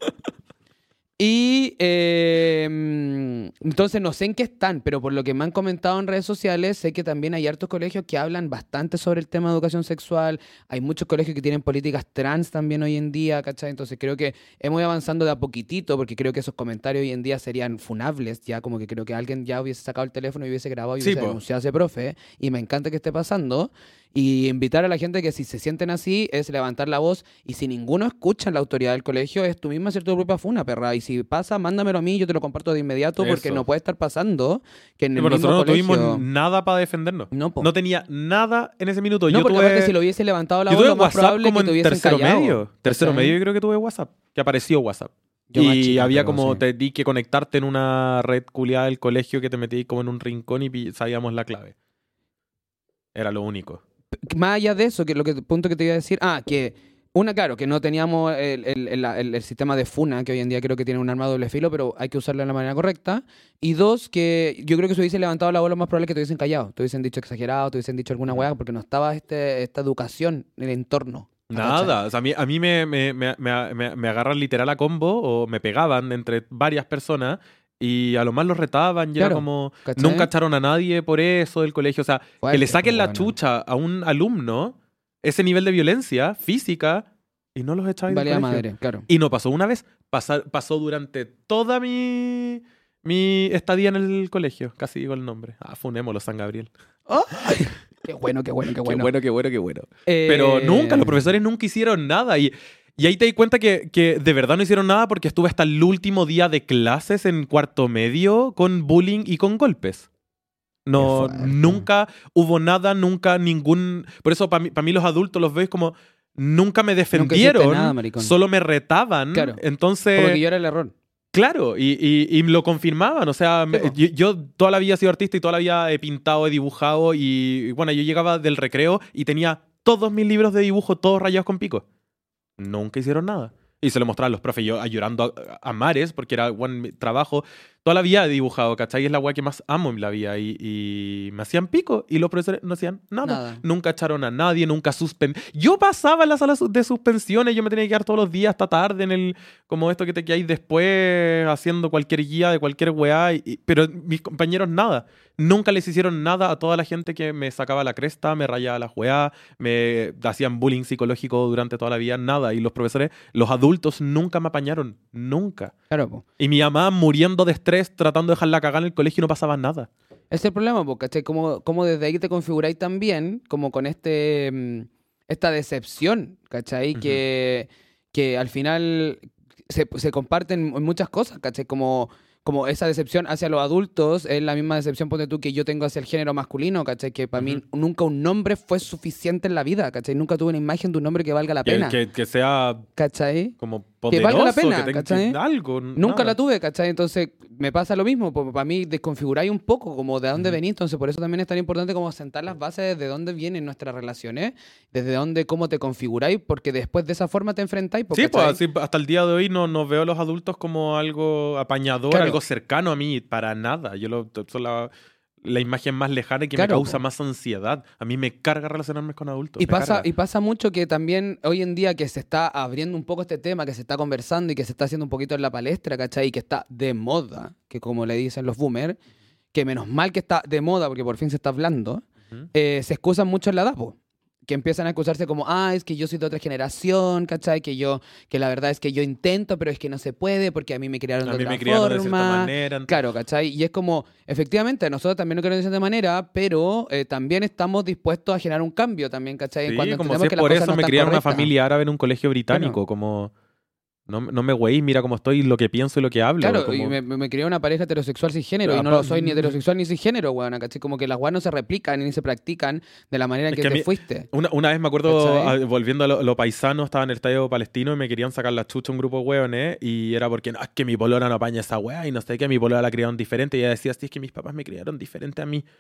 Y eh, mm, entonces no sé en qué están, pero por lo que me han comentado en redes sociales, sé que también hay hartos colegios que hablan bastante sobre el tema de educación sexual. Hay muchos colegios que tienen políticas trans también hoy en día, ¿cachai? Entonces creo que hemos ido avanzando de a poquitito, porque creo que esos comentarios hoy en día serían funables, ya como que creo que alguien ya hubiese sacado el teléfono y hubiese grabado y Sí, hubiese po. denunciado a ese profe, y me encanta que esté pasando. Y invitar a la gente que si se sienten así es levantar la voz y si ninguno escucha en la autoridad del colegio es tú misma hacer tu propia funa, perra. Y si pasa, mándamelo a mí, yo te lo comparto de inmediato porque Eso. no puede estar pasando que en Sí, el pero mismo nosotros no colegio... tuvimos nada para defendernos. No, po. No tenía nada en ese minuto. No, yo porque tuve, aparte si lo hubiese levantado la yo voz, tuve lo más WhatsApp probable como es que te en hubiesen tercero callado. medio. Tercero ¿Cachai? medio yo creo que tuve WhatsApp. Que apareció WhatsApp. Yo más Y chica, había pero como, sí. te di que conectarte en una red culiada del colegio que te metí como en un rincón y pi- sabíamos la clave. Era lo único. Más allá de eso, que lo que punto que te iba a decir, ah, que una, claro, que no teníamos el, el- el- el- el sistema de funa, que hoy en día creo que tiene un arma de doble filo, pero hay que usarlo de la manera correcta. Y dos, que yo creo que si hubiesen levantado la voz, lo más probable es que te hubiesen callado, te hubiesen dicho exagerado, te hubiesen dicho alguna hueá, porque no estaba este, esta educación en el entorno. Nada. O sea, a mí, a mí me, me, me, me, me- me agarran literal a combo o me pegaban entre varias personas y a lo más los retaban y Claro, era como... ¿cachai? Nunca echaron a nadie por eso del colegio. O sea, Fuerte, que le saquen pues, la bueno. chucha a un alumno, ese nivel de violencia física, y no los echáis del Valía colegio. madre, claro. Y no pasó una vez, pasa- pasó durante toda mi, mi estadía en el colegio. Casi digo el nombre. Ah, funémoslo, San Gabriel. Qué bueno, qué bueno, qué Qué bueno. bueno, qué bueno, qué bueno. Eh, Pero nunca, los profesores nunca hicieron nada. Y, y ahí te di cuenta que, que de verdad no hicieron nada porque estuve hasta el último día de clases en cuarto medio con bullying y con golpes. No, Qué fuerte. nunca hubo nada, nunca ningún... Por eso para mí, pa' mí los adultos los veis como... Nunca me hiciste defendieron, nada, maricón. solo me retaban. Claro. Entonces... Como que yo era el error. Claro, y, y, y lo confirmaban. O sea, me- po. yo, yo toda la vida he sido artista y toda la vida he pintado, he dibujado. Y bueno, yo llegaba del recreo y tenía todos mis libros de dibujo, todos rayados con pico. Nunca hicieron nada. Y se lo mostraban los profes, yo llorando a, a mares, porque era buen mi trabajo. Toda la vida he dibujado, ¿cachai? Es la weá que más amo en la vida. Y, y me hacían pico y los profesores no hacían nada. Nada. Nunca echaron a nadie, nunca suspendieron. Yo pasaba en la sala su- de suspensiones, yo me tenía que quedar todos los días hasta tarde en el... Como esto que te quedáis después haciendo cualquier guía de cualquier weá. y- y- pero mis compañeros nada. Nunca les hicieron nada a toda la gente que me sacaba la cresta, me rayaba las weá, me hacían bullying psicológico durante toda la vida, nada. Y los profesores, los adultos nunca me apañaron, nunca. Claro, po. Y mi mamá muriendo de estrés, tratando de dejarla cagar en el colegio y no pasaba nada. Ese es el problema, po, ¿cachai? Como, como desde ahí te configuráis también, como con este mm, esta decepción, ¿cachai? Ujú. Que, que al final se, se comparten en muchas cosas, ¿cachai? Como, como esa decepción hacia los adultos es la misma decepción, ponte tú, que yo tengo hacia el género masculino, ¿cachai? Que para mí nunca un nombre fue suficiente en la vida, ¿cachai? Nunca tuve una imagen de un nombre que valga la Que, pena, que, que sea ¿cachai? como Que poderoso, valga la pena, que tenga ¿cachai? algo. Nunca nada. la tuve, ¿cachai? Entonces me pasa lo mismo, para mí desconfiguráis un poco como de dónde Ujú. venís, entonces por eso también es tan importante como sentar las bases de dónde vienen nuestras relaciones, desde dónde, cómo te configuráis, porque después de esa forma te enfrentáis, Sí, ¿cachai? pues así, hasta el día de hoy no, no veo a los adultos como algo apañador, Claro. algo cercano a mí, para nada. Yo lo, son la, la imagen más lejana y que Claro, me causa po. más ansiedad. A mí me carga relacionarme con adultos. Y me pasa, carga. y pasa mucho que también hoy en día que se está abriendo un poco este tema, que se está conversando y que se está haciendo un poquito en la palestra, ¿cachai? Y que está de moda, que como le dicen los boomers, que menos mal que está de moda porque por fin se está hablando, Ujú. eh, se excusan mucho en la edad, po. Que empiezan a excusarse como, ah, es que yo soy de otra generación, ¿cachai? Que yo, que la verdad es que yo intento, pero es que no se puede porque a mí me criaron A de mí otra me criaron de forma. cierta manera. entonces- Claro, ¿cachai? Y es como, efectivamente, nosotros también nos queremos de cierta manera, pero eh, también estamos dispuestos a generar un cambio también, ¿cachai? Sí, Cuando como entendemos si es que las por cosas eso no me están criaron en una correctas. familia árabe en un colegio británico, como... No, no me güey, mira cómo estoy, lo que pienso y lo que hablo. Claro, como- y me, me crié una pareja heterosexual sin género, Ah, y no lo pa- soy ni heterosexual ni sin género, weón, ¿cachai? Como que las weas no se replican ni se practican de la manera en Es que, que a te mí- fuiste. Una, una vez me acuerdo, ¿Cachai? ah, volviendo a lo, lo paisano, estaba en el estadio palestino y me querían sacar la chucha un grupo de hueones y era porque, no, es que mi polola no apaña esa wea y no sé qué, mi polola la criaron diferente y ella decía, sí, es que mis papás me criaron diferente a mí.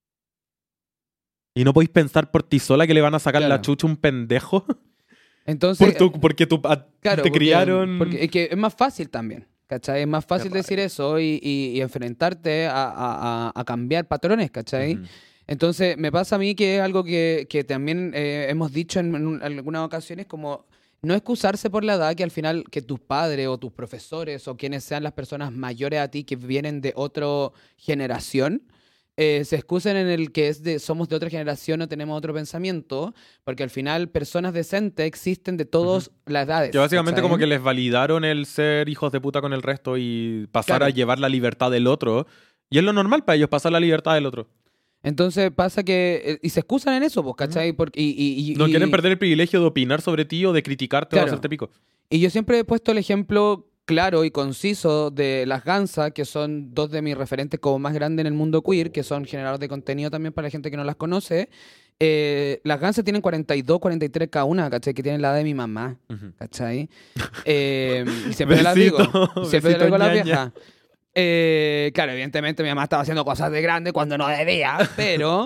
Y no podéis pensar por ti sola que le van a sacar Claro. la chucha a un pendejo Entonces, por tu- porque tu, a- claro, te porque- criaron... Porque es que es más fácil también, ¿cachai? Es más fácil rabia. decir eso y, y- y enfrentarte a, a- a- a cambiar patrones, ¿cachai? Ujú. Entonces, me pasa a mí que es algo que, que también eh, hemos dicho en, en un- algunas ocasiones, como no excusarse por la edad, que al final que tus padres o tus profesores o quienes sean las personas mayores a ti que vienen de otra generación, eh, se excusen en el que es de somos de otra generación o tenemos otro pensamiento, porque al final personas decentes existen de todas las edades. Que básicamente ¿cachai? como que les validaron el ser hijos de puta con el resto y pasar Claro. a llevar la libertad del otro. Y es lo normal para ellos, pasar la libertad del otro. Entonces pasa que... eh, y se excusan en eso, pues, ¿cachai? Porque, y, y, y, No y- quieren perder el privilegio de opinar sobre ti o de criticarte o Claro. de hacerte pico. y yo siempre he puesto el ejemplo claro y conciso de las Gansas, que son dos de mis referentes como más grandes en el mundo queer, que son generadores de contenido también para la gente que no las conoce. Eh, las Gansas tienen cuarenta y dos, cuarenta y tres cada una, ¿cachai? Que tienen la edad de mi mamá, Ujú. ¿cachai? Eh, y siempre las digo, Besito, siempre besito, le digo a la ñaña. vieja. Eh, claro, evidentemente mi mamá estaba haciendo cosas de grande cuando no debía, pero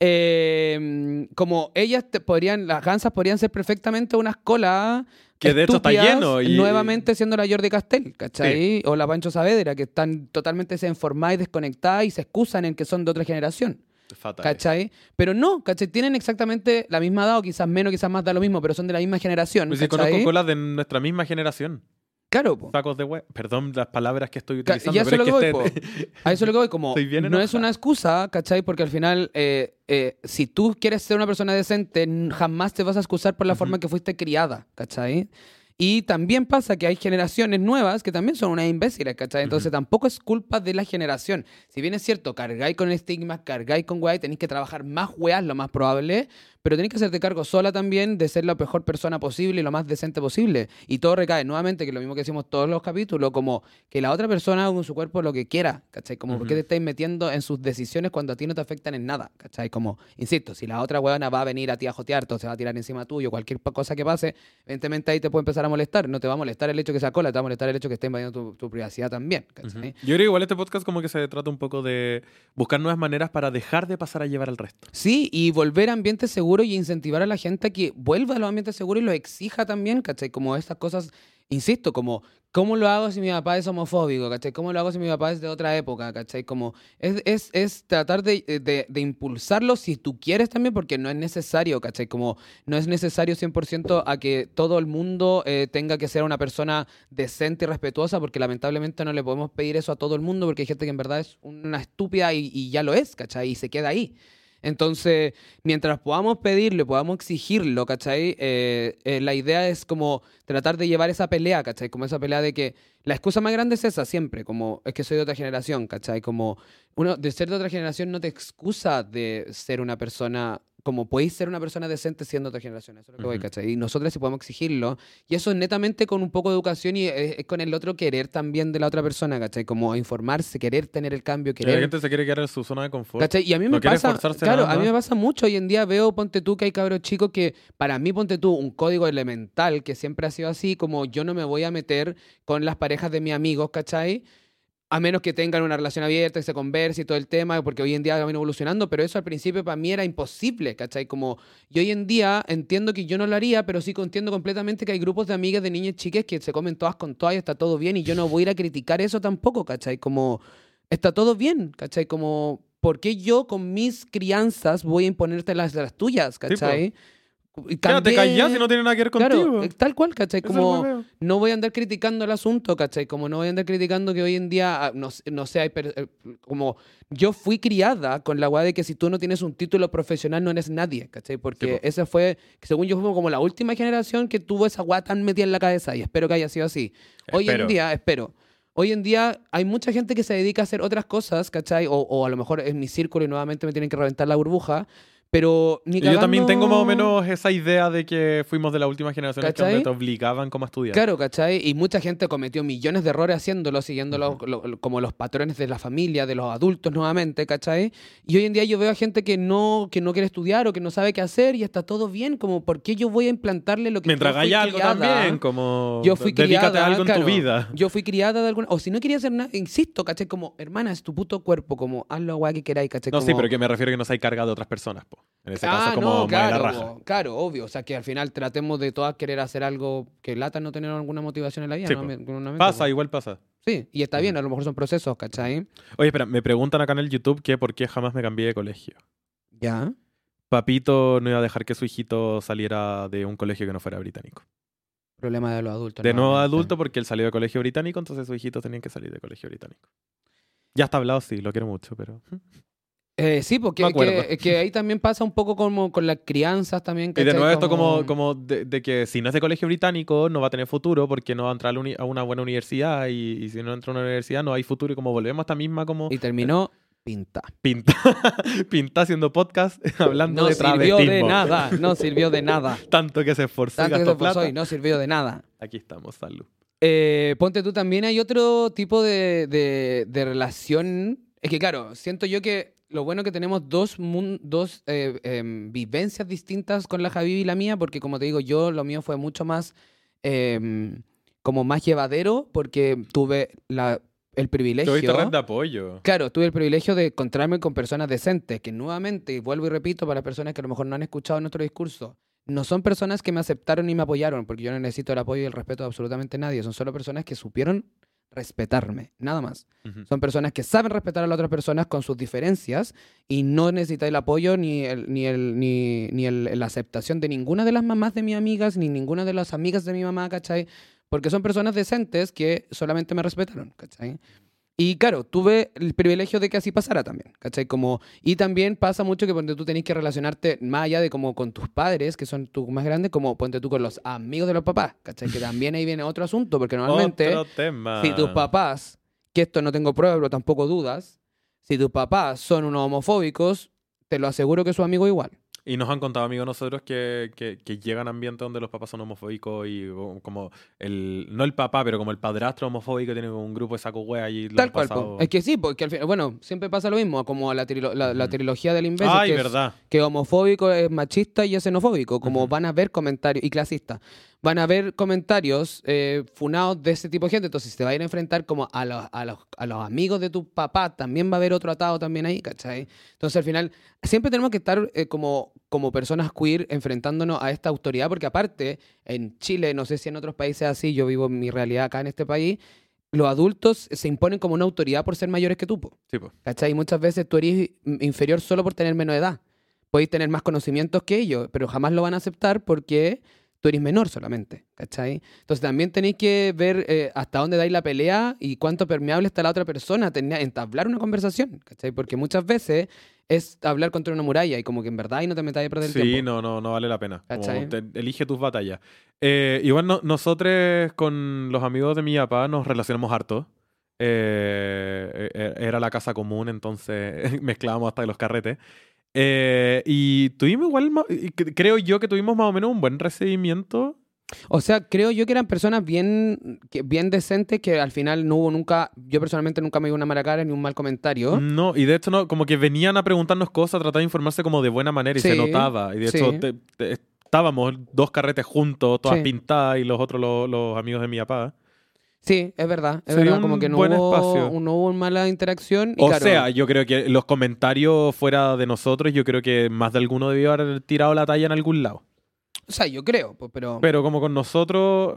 eh, como ellas te podrían, las Gansas podrían ser perfectamente unas colas Que de hecho está estúpidas, lleno y- nuevamente siendo la Jordi Castell, ¿cachai? O la Pancho Saavedra, que están totalmente desinformadas y desconectadas y se excusan en que son de otra generación. Fatal. ¿Cachai? Pero no, ¿cachai? Tienen exactamente la misma edad o quizás menos, quizás más da lo mismo, pero son de la misma generación, Pues sí, ¿cachai? conozco colas de nuestra misma generación. Claro, po. Sacos de hue... Perdón las palabras que estoy Ca- utilizando, Y a eso pero es lo es que que voy, estén... po. A eso es lo que voy, como Estoy bien no es enojada. una excusa, ¿cachai? Porque al final, eh, eh, si tú quieres ser una persona decente, n- jamás te vas a excusar por la Ujú. forma en que fuiste criada, ¿cachai? Y también pasa que hay generaciones nuevas que también son unas imbéciles, ¿cachai? Entonces Ujú. tampoco es culpa de la generación. Si bien es cierto, cargáis con estigmas, cargáis con weá y tenéis que trabajar más weás, lo más probable, pero tenéis que hacerte cargo sola también de ser la mejor persona posible y lo más decente posible. Y todo recae nuevamente, que lo mismo que decimos todos los capítulos, como que la otra persona haga con su cuerpo lo que quiera, ¿cachai? Como por qué te Ujú. estáis metiendo en sus decisiones cuando a ti no te afectan en nada, ¿cachai? Como, insisto, si la otra weona va a venir a ti a jotearte o se va a tirar encima tuyo, cualquier pa- cosa que pase, evidentemente ahí te puede empezar a molestar. No te va a molestar el hecho que sea cola, te va a molestar el hecho que esté invadiendo tu, tu privacidad también, Ujú. ¿cachai? Yo creo que igual este podcast como que se trata un poco de buscar nuevas maneras para dejar de pasar a llevar al resto. Sí, y volver a ambientes seguros y incentivar a la gente a que vuelva a los ambientes seguros y lo exija también, ¿cachai? Como estas cosas, insisto, como, ¿cómo lo hago si mi papá es homofóbico, ¿cachai? ¿Cómo lo hago si mi papá es de otra época, ¿cachai? Como, es, es, es tratar de, de, de impulsarlo si tú quieres también, porque no es necesario, ¿cachai? Como, no es necesario cien por ciento a que todo el mundo eh, tenga que ser una persona decente y respetuosa, porque lamentablemente no le podemos pedir eso a todo el mundo, porque hay gente que en verdad es una estúpida y, y ya lo es, ¿cachai? Y se queda ahí. Entonces, mientras podamos pedirlo, podamos exigirlo, ¿cachai? Eh, eh, la idea es como tratar de llevar esa pelea, ¿cachai? Como esa pelea de que la excusa más grande es esa siempre, como es que soy de otra generación, ¿cachai? Como uno de ser de otra generación no te excusa de ser una persona, como podéis ser una persona decente siendo de otra generación, eso es lo que voy, Ujú. ¿cachai? Y nosotros sí podemos exigirlo, y eso es netamente con un poco de educación y es, es con el otro querer también de la otra persona, ¿cachai? Como informarse, querer tener el cambio, Que la querer... gente se quiere quedar en su zona de confort. ¿Cachai? Y a mí No me quiere pasa, esforzarse claro, nada a mí me más. pasa mucho hoy en día, veo, ponte tú, que hay cabros chicos que, para mí, ponte tú, un código elemental que siempre ha sido así, como yo no me voy a meter con las parejas de mis amigos, ¿cachai? A menos que tengan una relación abierta, que se converse y todo el tema, porque hoy en día van evolucionando, pero eso al principio para mí era imposible, ¿cachai? Como, y hoy en día entiendo que yo no lo haría, pero sí entiendo completamente que hay grupos de amigas de niñas chicas que se comen todas con todas y está todo bien, y yo no voy a ir a criticar eso tampoco, ¿cachai? Como, está todo bien, ¿cachai? Como, ¿por qué yo con mis crianzas voy a imponerte las, las tuyas, po. ¿cachai? Y Quédate cambié- callado si no tiene nada que ver contigo. Claro, eh, tal cual, ¿cachai? Ese es el Como hueveo. no voy a andar criticando el asunto, ¿cachai? Como no voy a andar criticando que hoy en día, ah, no, s- no sé, hay per- eh, como yo fui criada con la weá de que si tú no tienes un título profesional no eres nadie, ¿cachai? Porque Sí, po. esa fue, según yo, fuimos como la última generación que tuvo esa weá tan metida en la cabeza y espero que haya sido así. Hoy Espero. en día, espero. Hoy en día hay mucha gente que se dedica a hacer otras cosas, ¿cachai? O, o a lo mejor es mi círculo y nuevamente me tienen que reventar la burbuja, pero ni Y yo también cagando- tengo más o menos esa idea de que fuimos de la última generación en que ¿Cachai? donde te obligaban como a estudiar. Claro, ¿cachai? Y mucha gente cometió millones de errores haciéndolo, siguiendo los- Ujú. lo- lo- como los patrones de la familia, de los adultos nuevamente, ¿cachai? Y hoy en día yo veo a gente que no, que no quiere estudiar o que no sabe qué hacer y está todo bien, como ¿por qué yo voy a implantarle lo que Mientras yo fui haya algo criada? también, como Yo fui dedícate criada, a algo en claro, tu vida. Yo fui criada de alguna... O si no quería hacer nada, insisto, ¿cachai? Como, hermana, es tu puto cuerpo, como, haz lo guay que queráis, ¿cachai? No, como... sí, pero que me refiero a que no se hay carga de otras personas, po. En ese caso Ah, es como no, mueve la claro, raja. po, claro, obvio. O sea, que al final tratemos de todas querer hacer algo que lata no tener alguna motivación en la vida. Sí, ¿no? po. Me- genuinamente, Pasa, po. igual pasa. Sí, y está bien, Ujú. a lo mejor son procesos, ¿cachai? Oye, espera, me preguntan acá en el YouTube que por qué jamás me cambié de colegio. Ya. Papito no iba a dejar que su hijito saliera de un colegio que no fuera británico. Problema de los adultos. De nuevo nuevamente. adulto porque él salió de colegio británico, entonces sus hijitos tenían que salir de colegio británico. Ya está hablado, sí, lo quiero mucho, pero... Eh, sí, porque Me es acuerdo. que, es que ahí también pasa un poco como con las crianzas también. Y de ¿cachai? nuevo esto como, como de, de que si no es de colegio británico no va a tener futuro porque no va a entrar a la uni- a una buena universidad y, y si no entra a una universidad no hay futuro y como volvemos a esta misma como... Y terminó Pinta. Pinta, Pinta haciendo podcast hablando No de sirvió travestismo. de nada, no sirvió de nada. Tanto que se esforzó y Tanto que se gastó esforzó plata. y no sirvió de nada. Aquí estamos, salud. Eh, ponte tú, también hay otro tipo de, de- de relación. Es que claro, siento yo que lo bueno que tenemos dos, mun- dos eh, em, vivencias distintas con la Javi y la mía, porque como te digo, yo lo mío fue mucho más em, como más llevadero, porque tuve la, el privilegio. Tuviste red de apoyo. Claro, tuve el privilegio de encontrarme con personas decentes, que nuevamente, y vuelvo y repito para las personas que a lo mejor no han escuchado nuestro discurso, no son personas que me aceptaron y me apoyaron, porque yo no necesito el apoyo y el respeto de absolutamente nadie, son solo personas que supieron respetarme, nada más. Ujú. Son personas que saben respetar a las otras personas con sus diferencias y no necesitan el apoyo ni, el, ni, el, ni, ni el- la aceptación de ninguna de las mamás de mis amigas, ni ninguna de las amigas de mi mamá, ¿cachai? Porque son personas decentes que solamente me respetaron, ¿cachai? Y claro, tuve el privilegio de que así pasara también, ¿cachai? Como, y también pasa mucho que ponte tú tenés que relacionarte más allá de como con tus padres, que son tus más grandes, como ponte tú con los amigos de los papás, ¿cachai? Que también ahí viene otro asunto, porque normalmente Otro tema. si tus papás, que esto no tengo pruebas, pero tampoco dudas, si tus papás son unos homofóbicos, te lo aseguro que su amigo igual. Y nos han contado amigos nosotros que, que, que llegan a ambientes donde los papás son homofóbicos y o- como el, no el papá, pero como el padrastro homofóbico tiene como un grupo de saco wea y lo Tal han cual, pasado. po. Es que sí, porque al final, bueno, siempre pasa lo mismo, como la, trilo- la, la Ujú. trilogía del imbécil, Ay, que es verdad. que homofóbico es machista y es xenofóbico, como Ujú. van a haber comentarios, y clasista, van a haber comentarios eh, funados de ese tipo de gente, entonces si te va a ir a enfrentar como a los, a los, a los amigos de tu papá, también va a haber otro atado también ahí, ¿cachai? Entonces al final siempre tenemos que estar eh, como, como personas queer enfrentándonos a esta autoridad, porque aparte en Chile, no sé si en otros países así, yo vivo mi realidad acá en este país, los adultos se imponen como una autoridad por ser mayores que tú, po. Sí, pues. ¿Cachai? Y muchas veces tú eres inferior solo por tener menos edad. Podéis tener más conocimientos que ellos, pero jamás lo van a aceptar porque tú eres menor solamente, ¿cachai? Entonces también tenéis que ver eh, hasta dónde dais la pelea y cuánto permeable está la otra persona, tener, entablar una conversación, ¿cachai? Porque muchas veces es hablar contra una muralla y como que en verdad y no te metáis a perder el Sí, tiempo. no, no, no vale la pena. Como ¿Cachai? te- elige tus batallas. Eh, igual no- nosotros con los amigos de mi papá nos relacionamos harto. Eh, eh, era la casa común, entonces mezclábamos hasta los carretes. Eh, y tuvimos igual, ma- y cre- creo yo que tuvimos más o menos un buen recibimiento. O sea, creo yo que eran personas bien, que- bien decentes que al final no hubo nunca, yo personalmente nunca me dio una mala cara ni un mal comentario. No, y de hecho no, como que venían a preguntarnos cosas, a tratar de informarse como de buena manera y se Sí, notaba. Y de sí. hecho te- te- estábamos dos carretes juntos, todas Sí. pintadas y los otros los, los amigos de mi papá. Sí, es verdad, es Se dio verdad, como un que no buen hubo, espacio. no hubo mala interacción. Y O claro, sea, yo creo que los comentarios fuera de nosotros, yo creo que más de alguno debió haber tirado la talla en algún lado. o sea, yo creo, pues, pero... Pero como con nosotros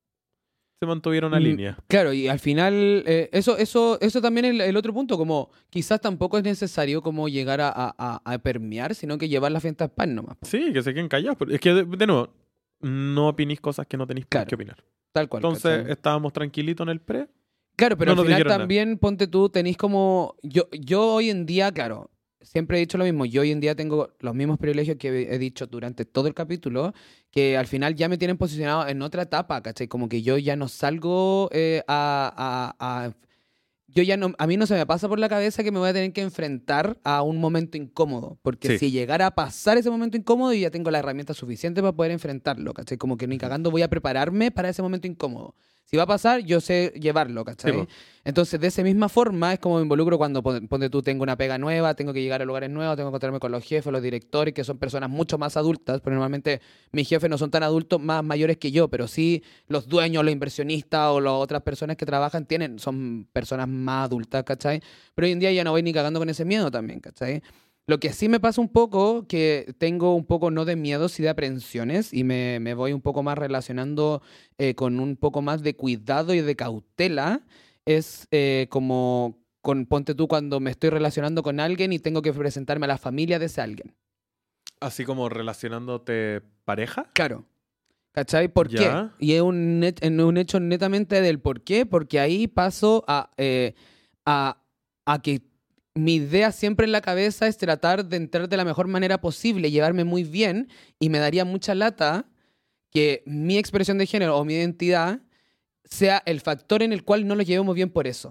se mantuvieron una Mm, línea. Claro, y al final, eh, eso, eso, eso también es el, el otro punto, como quizás tampoco es necesario como llegar a, a, a- a permear, sino que llevar la fiesta a pan nomás. po. Sí, que se queden callados. pero es que, de, de nuevo, no opinís cosas que no tenéis por Claro, qué opinar. Tal cual. Entonces, ¿cachai? estábamos tranquilitos en el pre. Claro, pero no al nos final dijeron nada. también, ponte tú, tenés como... Yo, yo hoy en día, claro, siempre he dicho lo mismo, yo hoy en día tengo los mismos privilegios que he he dicho durante todo el capítulo, que al final ya me tienen posicionado en otra etapa, ¿cachai? Como que yo ya no salgo eh, a, a- a- Yo ya no... A mí no se me pasa por la cabeza que me voy a tener que enfrentar a un momento incómodo, porque Sí. si llegara a pasar ese momento incómodo, yo ya tengo la herramienta suficiente para poder enfrentarlo, ¿cachai? Como que ni cagando voy a prepararme para ese momento incómodo. Si va a pasar, yo sé llevarlo, ¿cachai? Sí, po. Entonces, de esa misma forma, es como me involucro cuando, pon- ponte tú, tengo una pega nueva, tengo que llegar a lugares nuevos, tengo que encontrarme con los jefes, los directores, que son personas mucho más adultas, pero normalmente mis jefes no son tan adultos, más mayores que yo, pero sí los dueños, los inversionistas o las otras personas que trabajan tienen, son personas más adultas, ¿cachai? Pero hoy en día ya no voy ni cagando con ese miedo también, ¿cachai? Lo que sí me pasa un poco, que tengo un poco no de miedos, sí de aprensiones, y me, me voy un poco más relacionando eh, con un poco más de cuidado y de cautela, es eh, como, con, ponte tú, cuando me estoy relacionando con alguien y tengo que presentarme a la familia de ese alguien. Así como relacionándote pareja. Claro. ¿Cachai? ¿Por Ya. qué? Y es un, net- en un hecho netamente del por qué, porque ahí paso a, eh, a, a que mi idea siempre en la cabeza es tratar de entrar de la mejor manera posible, llevarme muy bien, y me daría mucha lata que mi expresión de género o mi identidad sea el factor en el cual no lo llevemos bien por eso.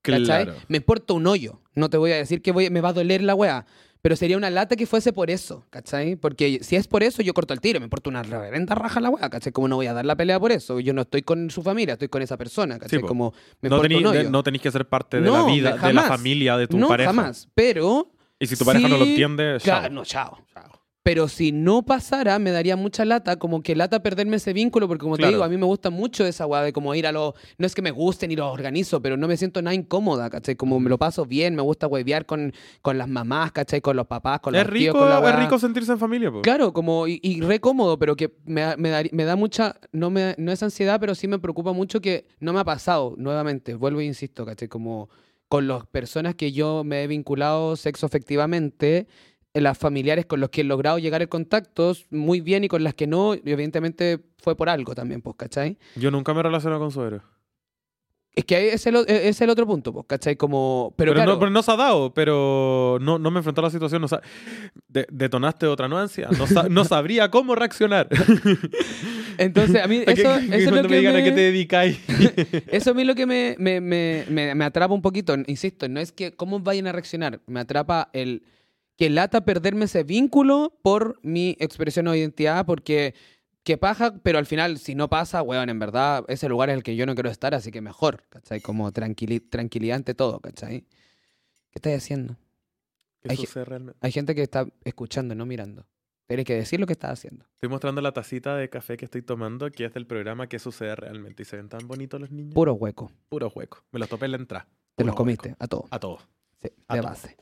¿cachai? Claro. Me importa un hoyo. No te voy a decir que voy, me va a doler la weá. Pero sería una lata que fuese por eso, ¿cachai? Porque si es por eso, yo corto el tiro. Me importa una reverenda raja la weá, ¿cachai? Como no voy a dar la pelea por eso. Yo no estoy con su familia, estoy con esa persona, ¿cachai? Sí, po. Como me No importa tení, un de- hoyo. no tenéis que ser parte de No, la vida, me- de la jamás. familia de tu no, pareja. jamás. Pero... Y si tu pareja no lo sí- entiende, chao. Claro, no, chao. Chao. Pero si no pasara, me daría mucha lata, como que lata perderme ese vínculo, porque como Claro. te digo, a mí me gusta mucho esa weá de como ir a los... No es que me gusten y los organizo, pero no me siento nada incómoda, ¿cachai? Como me lo paso bien, me gusta huevear con, con las mamás, ¿cachai? Con los papás, con Es los tíos, rico, con la es weá. rico sentirse en familia, po. Claro, como y, y re cómodo, pero que me, da- me, da, me da mucha, no, me, no es ansiedad, pero sí me preocupa mucho que no me ha pasado nuevamente, vuelvo e insisto, ¿cachai? Como con las personas que yo me he vinculado sexo afectivamente, eh, las familiares con los que he logrado llegar en contactos muy bien y con las que no, y evidentemente fue por algo también, pues, ¿cachai? Yo nunca me relaciono con suegros. Es que ahí es el, o- e, es el otro punto, pues, ¿cachai? Como, pero, Pero, claro, no, pero no se ha dado, pero no, no me enfrentó a la situación. No sa- de- detonaste otra nuancia. No, sa- no sabría cómo reaccionar. entonces a mí Que- eso, que eso es cuando lo me que digan a me- qué te dedicáis. Eso a mí lo que me, me, me, me, me atrapa un poquito, insisto, no es que cómo vayan a reaccionar, me atrapa el que lata perderme ese vínculo por mi expresión o identidad, porque que paja, pero al final, si no pasa, weón, en verdad, ese lugar es el que yo no quiero estar, así que mejor, ¿cachai? Como tranquili- tranquilidad ante todo, ¿cachai? ¿Qué estás haciendo? ¿Qué Hay que- sucede realmente? Hay gente que está escuchando, no mirando. Tienes que decir lo que estás haciendo. Estoy mostrando la tacita de café que estoy tomando, que es del programa ¿Qué sucede realmente? Y se ven tan bonitos los niños. Puro hueco. Puro hueco. Me los topé en la entrada. Te los Puro comiste, hueco. a todos. A todos. Sí, A de todo. base.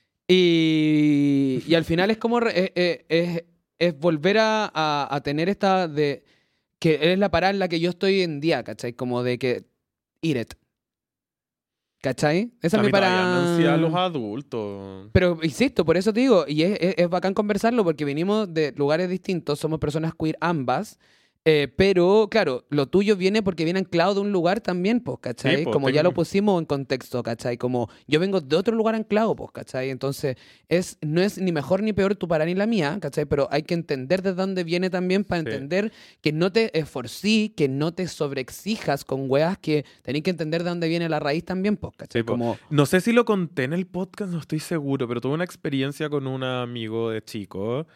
Y, y al final es como re- eh, eh, es, es volver a, a- a tener esta de que es la parada en la que yo estoy en día, ¿cachai? Como de que eat it. ¿Cachai? Esa A es mi mí todavía parada. me ansía a los adultos. Pero insisto, por eso te digo, y es, es, es bacán conversarlo porque venimos de lugares distintos, somos personas queer ambas, eh, pero claro, lo tuyo viene porque viene anclado de un lugar también, pues, ¿cachai? Sí, po, Como ya tengo- lo pusimos en contexto, ¿cachai? Como yo vengo de otro lugar anclado, pues, ¿cachai? Entonces, es, no es ni mejor ni peor tu para ni la mía, ¿cachai? Pero hay que entender de dónde viene también para Sí. entender que no te esforcí, que no te sobreexijas con weas, que tenés que entender de dónde viene la raíz también, pues, ¿cachai? Sí, po. Como... No sé si lo conté en el podcast, no estoy seguro, pero tuve una experiencia con un amigo de chico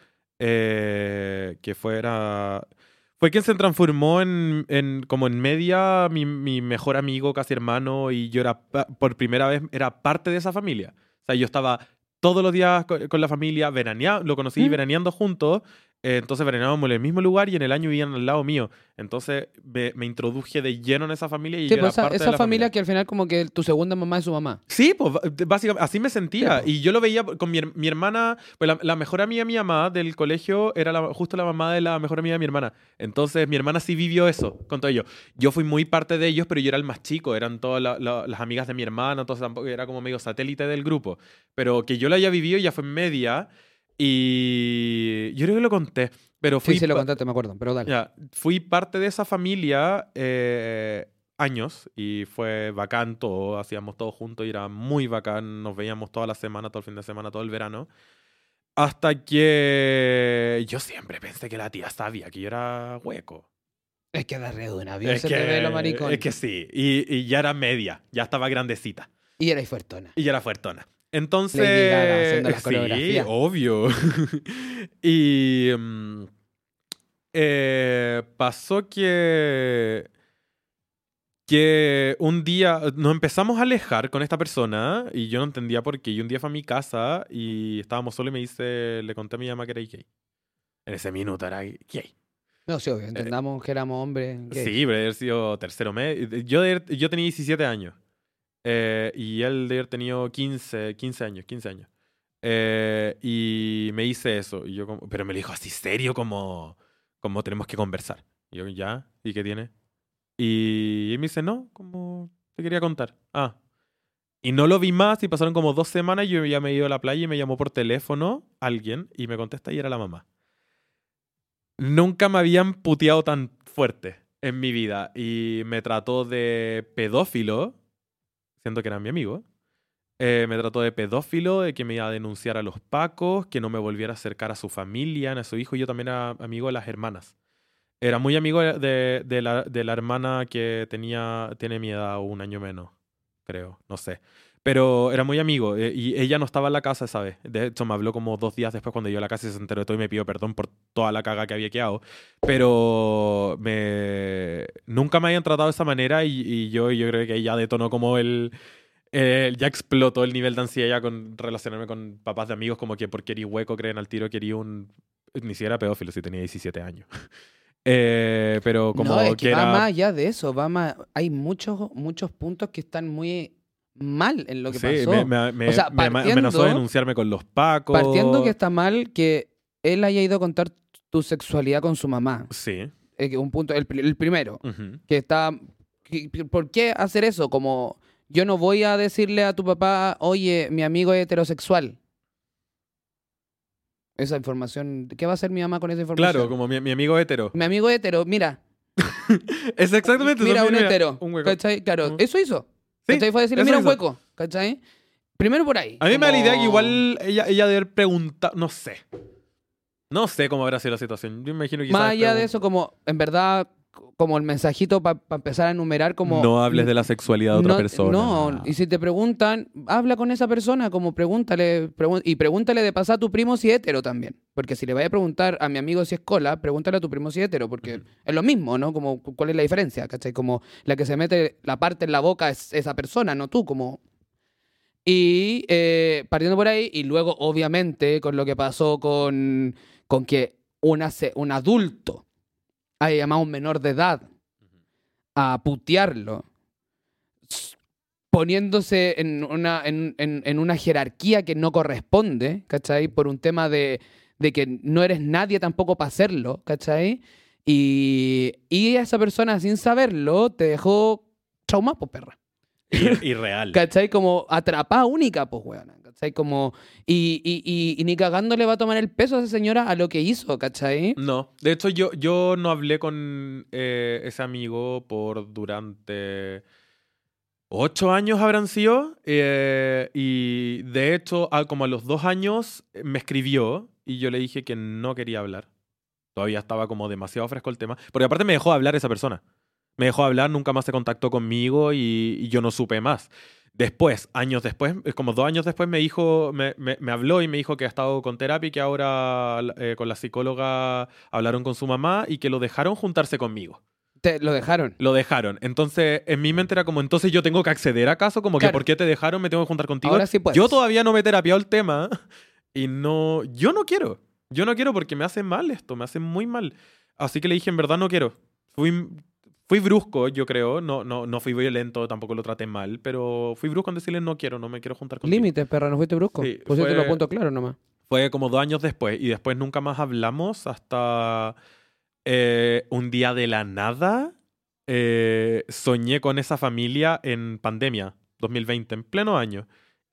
eh, que fuera... Fue quien se transformó en, en como en media mi, mi mejor amigo, casi hermano, y yo era, pa- por primera vez, era parte de esa familia. O sea, yo estaba todos los días co- con, la familia, veranea, lo conocí ¿Mm? veraneando juntos, eh, entonces veraneábamos en el mismo lugar y en el año vivían al lado mío. Entonces me, me introduje de lleno en esa familia y Sí, yo pues era esa, parte esa de la familia familia. que al final como que tu segunda mamá es su mamá. Sí, pues b- básicamente así me sentía. Sí, po. Y yo lo veía con mi, her- mi hermana, pues la, la mejor amiga de mi mamá del colegio era la- justo la mamá de la mejor amiga de mi hermana. Entonces mi hermana sí vivió eso con todo ello. Yo fui muy parte de ellos, pero yo era el más chico, eran todas la- la- las amigas de mi hermana, entonces tampoco era como medio satélite del grupo. Pero que yo lo haya vivido ya fue en media y yo creo que lo conté. Pero fui Sí, sí lo pa- contaste, me acuerdo, pero dale. ya, fui parte de esa familia eh, años y fue bacán todo, hacíamos todo juntos y era muy bacán, nos veíamos toda la semana, todo el fin de semana, todo el verano. Hasta que yo siempre pensé que la tía sabía que yo era hueco. Es que da re de un avión, Es se que, te ve lo maricón. es que sí, y, y ya era media, ya estaba grandecita Y erais fuertona. y ya era fuertona. Entonces, Lady Gaga haciendo las sí, coreografías. obvio. y mm, eh, pasó que, que un día nos empezamos a alejar con esta persona y yo no entendía por qué. Y un día fue a mi casa y estábamos solos y me dice, le conté a mi mamá que era gay. En ese minuto era gay. No, sí, obvio, entendamos que éramos hombres gays. Sí, pero haber sido tercero medio. Yo, de- yo tenía diecisiete años. Eh, y él de haber tenido quince, quince años, quince años. Eh, y me hice eso. Y yo como, pero me lo dijo así serio como, como tenemos que conversar. Y yo, ¿ya? ¿Y qué tiene? Y él me dice, no, como te quería contar. Ah. Y no lo vi más y pasaron como dos semanas y yo ya me he ido a la playa y me llamó por teléfono alguien y me contesta y era la mamá. Nunca me habían puteado tan fuerte en mi vida y me trató de pedófilo, siendo que era mi amigo. Eh, me trató de pedófilo, de que me iba a denunciar a los pacos, que no me volviera a acercar a su familia, a su hijo. Yo también era amigo de las hermanas. Era muy amigo de, de la, de la hermana que tenía, tiene mi edad o un año menos. creo, no sé. Pero era muy amigo eh, y ella no estaba en la casa esa vez. De hecho, me habló como dos días después cuando yo a la casa y se enteró de todo y me pidió perdón por toda la caga que había quedado. Pero me... nunca me habían tratado de esa manera y, y yo, yo creo que ahí ya detonó como el... el- ya explotó el nivel de ansiedad ya con relacionarme con papás de amigos como que porque eres hueco creen al tiro que eres un... Ni siquiera pedófilo si tenía diecisiete años. Eh, pero No, es como que que va era... más allá de eso, va más... Hay muchos, muchos puntos que están muy mal en lo que Sí, pasó. me, me, me, O sea, me amenazó de partiendo, denunciarme con los pacos. partiendo que está mal que él haya ido a contar tu sexualidad con su mamá. Sí. Eh, que un punto, el, pri- el primero, Ujú. que está... que- ¿Por qué hacer eso? Como yo no voy a decirle a tu papá, oye, mi amigo es heterosexual. Esa información, ¿qué va a hacer mi mamá con esa información? Claro, como mi, mi amigo hétero. Mi amigo hetero, mira, Es exactamente mira eso. un hetero, Un hueco. ¿cachai? Claro, Ujú. eso hizo. Sí, ¿Cachai? Fue a decirle, eso mira un hizo. hueco, ¿cachai? Primero por ahí. A mí me da la idea que como- igual ella, ella debe haber preguntado. No sé. No sé cómo habrá sido la situación. Yo imagino que Más quizás allá de pregun- eso, como, en verdad, como el mensajito para empezar a enumerar como... No hables de la sexualidad de otra no, persona. No, y si te preguntan, habla con esa persona, como pregúntale, pregun- y pregúntale de pasar a tu primo si es hetero también. Porque si le vaya a preguntar a mi amigo si es cola, pregúntale a tu primo si es hetero, porque Ujú. es lo mismo, ¿no? Como, ¿cuál es la diferencia? ¿Cachai? Como la que se mete la parte en la boca es esa persona, no tú, como... Y eh, partiendo por ahí, y luego, obviamente, con lo que pasó con, con que una, se- un adulto haya llamado a un menor de edad a putearlo, s- poniéndose en una, en, en- en una jerarquía que no corresponde, ¿cachai? Por un tema de, de que no eres nadie tampoco para hacerlo, ¿cachai? Y, y esa persona, sin saberlo, te dejó traumado, pues, perra. Ir- Irreal. ¿Cachai? Como atrapada única, pues, weón. ¿Cachai? Como... Y, y, y, y ni cagando le va a tomar el peso a esa señora a lo que hizo, ¿cachai? No. De hecho, yo, yo no hablé con eh, ese amigo por durante ocho años habrán sido. eh, y de hecho, a- como a los dos años eh, me escribió y yo le dije que no quería hablar. Todavía estaba como demasiado fresco el tema. Porque aparte me dejó hablar esa persona. Me dejó hablar, nunca más se contactó conmigo y, y yo no supe más. Después, años después, eh, como dos años después, me dijo, me, me, me habló y me dijo que ha estado con terapia y que ahora eh, con la psicóloga hablaron con su mamá y que lo dejaron juntarse conmigo. Te lo dejaron. Lo dejaron. Entonces, en mi mente era como, entonces yo tengo que acceder acaso, como que Claro. ¿por qué te dejaron? Me tengo que juntar contigo. Ahora sí puedes. Yo todavía no me he terapiado el tema y no, yo no quiero. Yo no quiero porque me hace mal esto, me hace muy mal. Así que le dije, en verdad no quiero. Fui, fui brusco, yo creo. No, no, no fui violento, tampoco lo traté mal, pero fui brusco en decirle no quiero, no me quiero juntar contigo. Límites, perra, no fuiste brusco. Sí, Pusiste fue- los puntos claros nomás. Fue como dos años después y después nunca más hablamos hasta eh, un día de la nada. eh, soñé con esa familia en pandemia, dos mil veinte, en pleno año.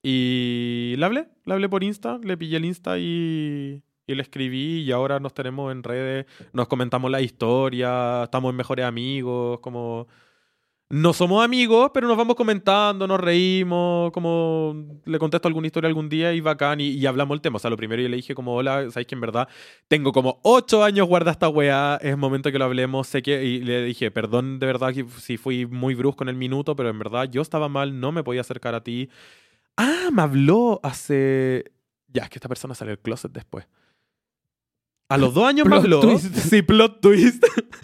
Y le hablé, le hablé por Insta, le pillé el Insta y, y le escribí y ahora nos tenemos en redes, nos comentamos la historia, estamos en mejores amigos, como... No somos amigos, pero nos vamos comentando, nos reímos, como le contesto alguna historia algún día y bacán, y, y hablamos el tema. O sea, lo primero yo le dije como, hola, sabes que en verdad tengo como ocho años guarda esta weá, es momento que lo hablemos, sé que... Y le dije, perdón de verdad que si fui muy brusco en el minuto, pero en verdad yo estaba mal, no me podía acercar a ti. Ah, me habló hace... Ya, es que esta persona salió del closet después. A los dos años me Plot habló. twist. Sí, plot twist.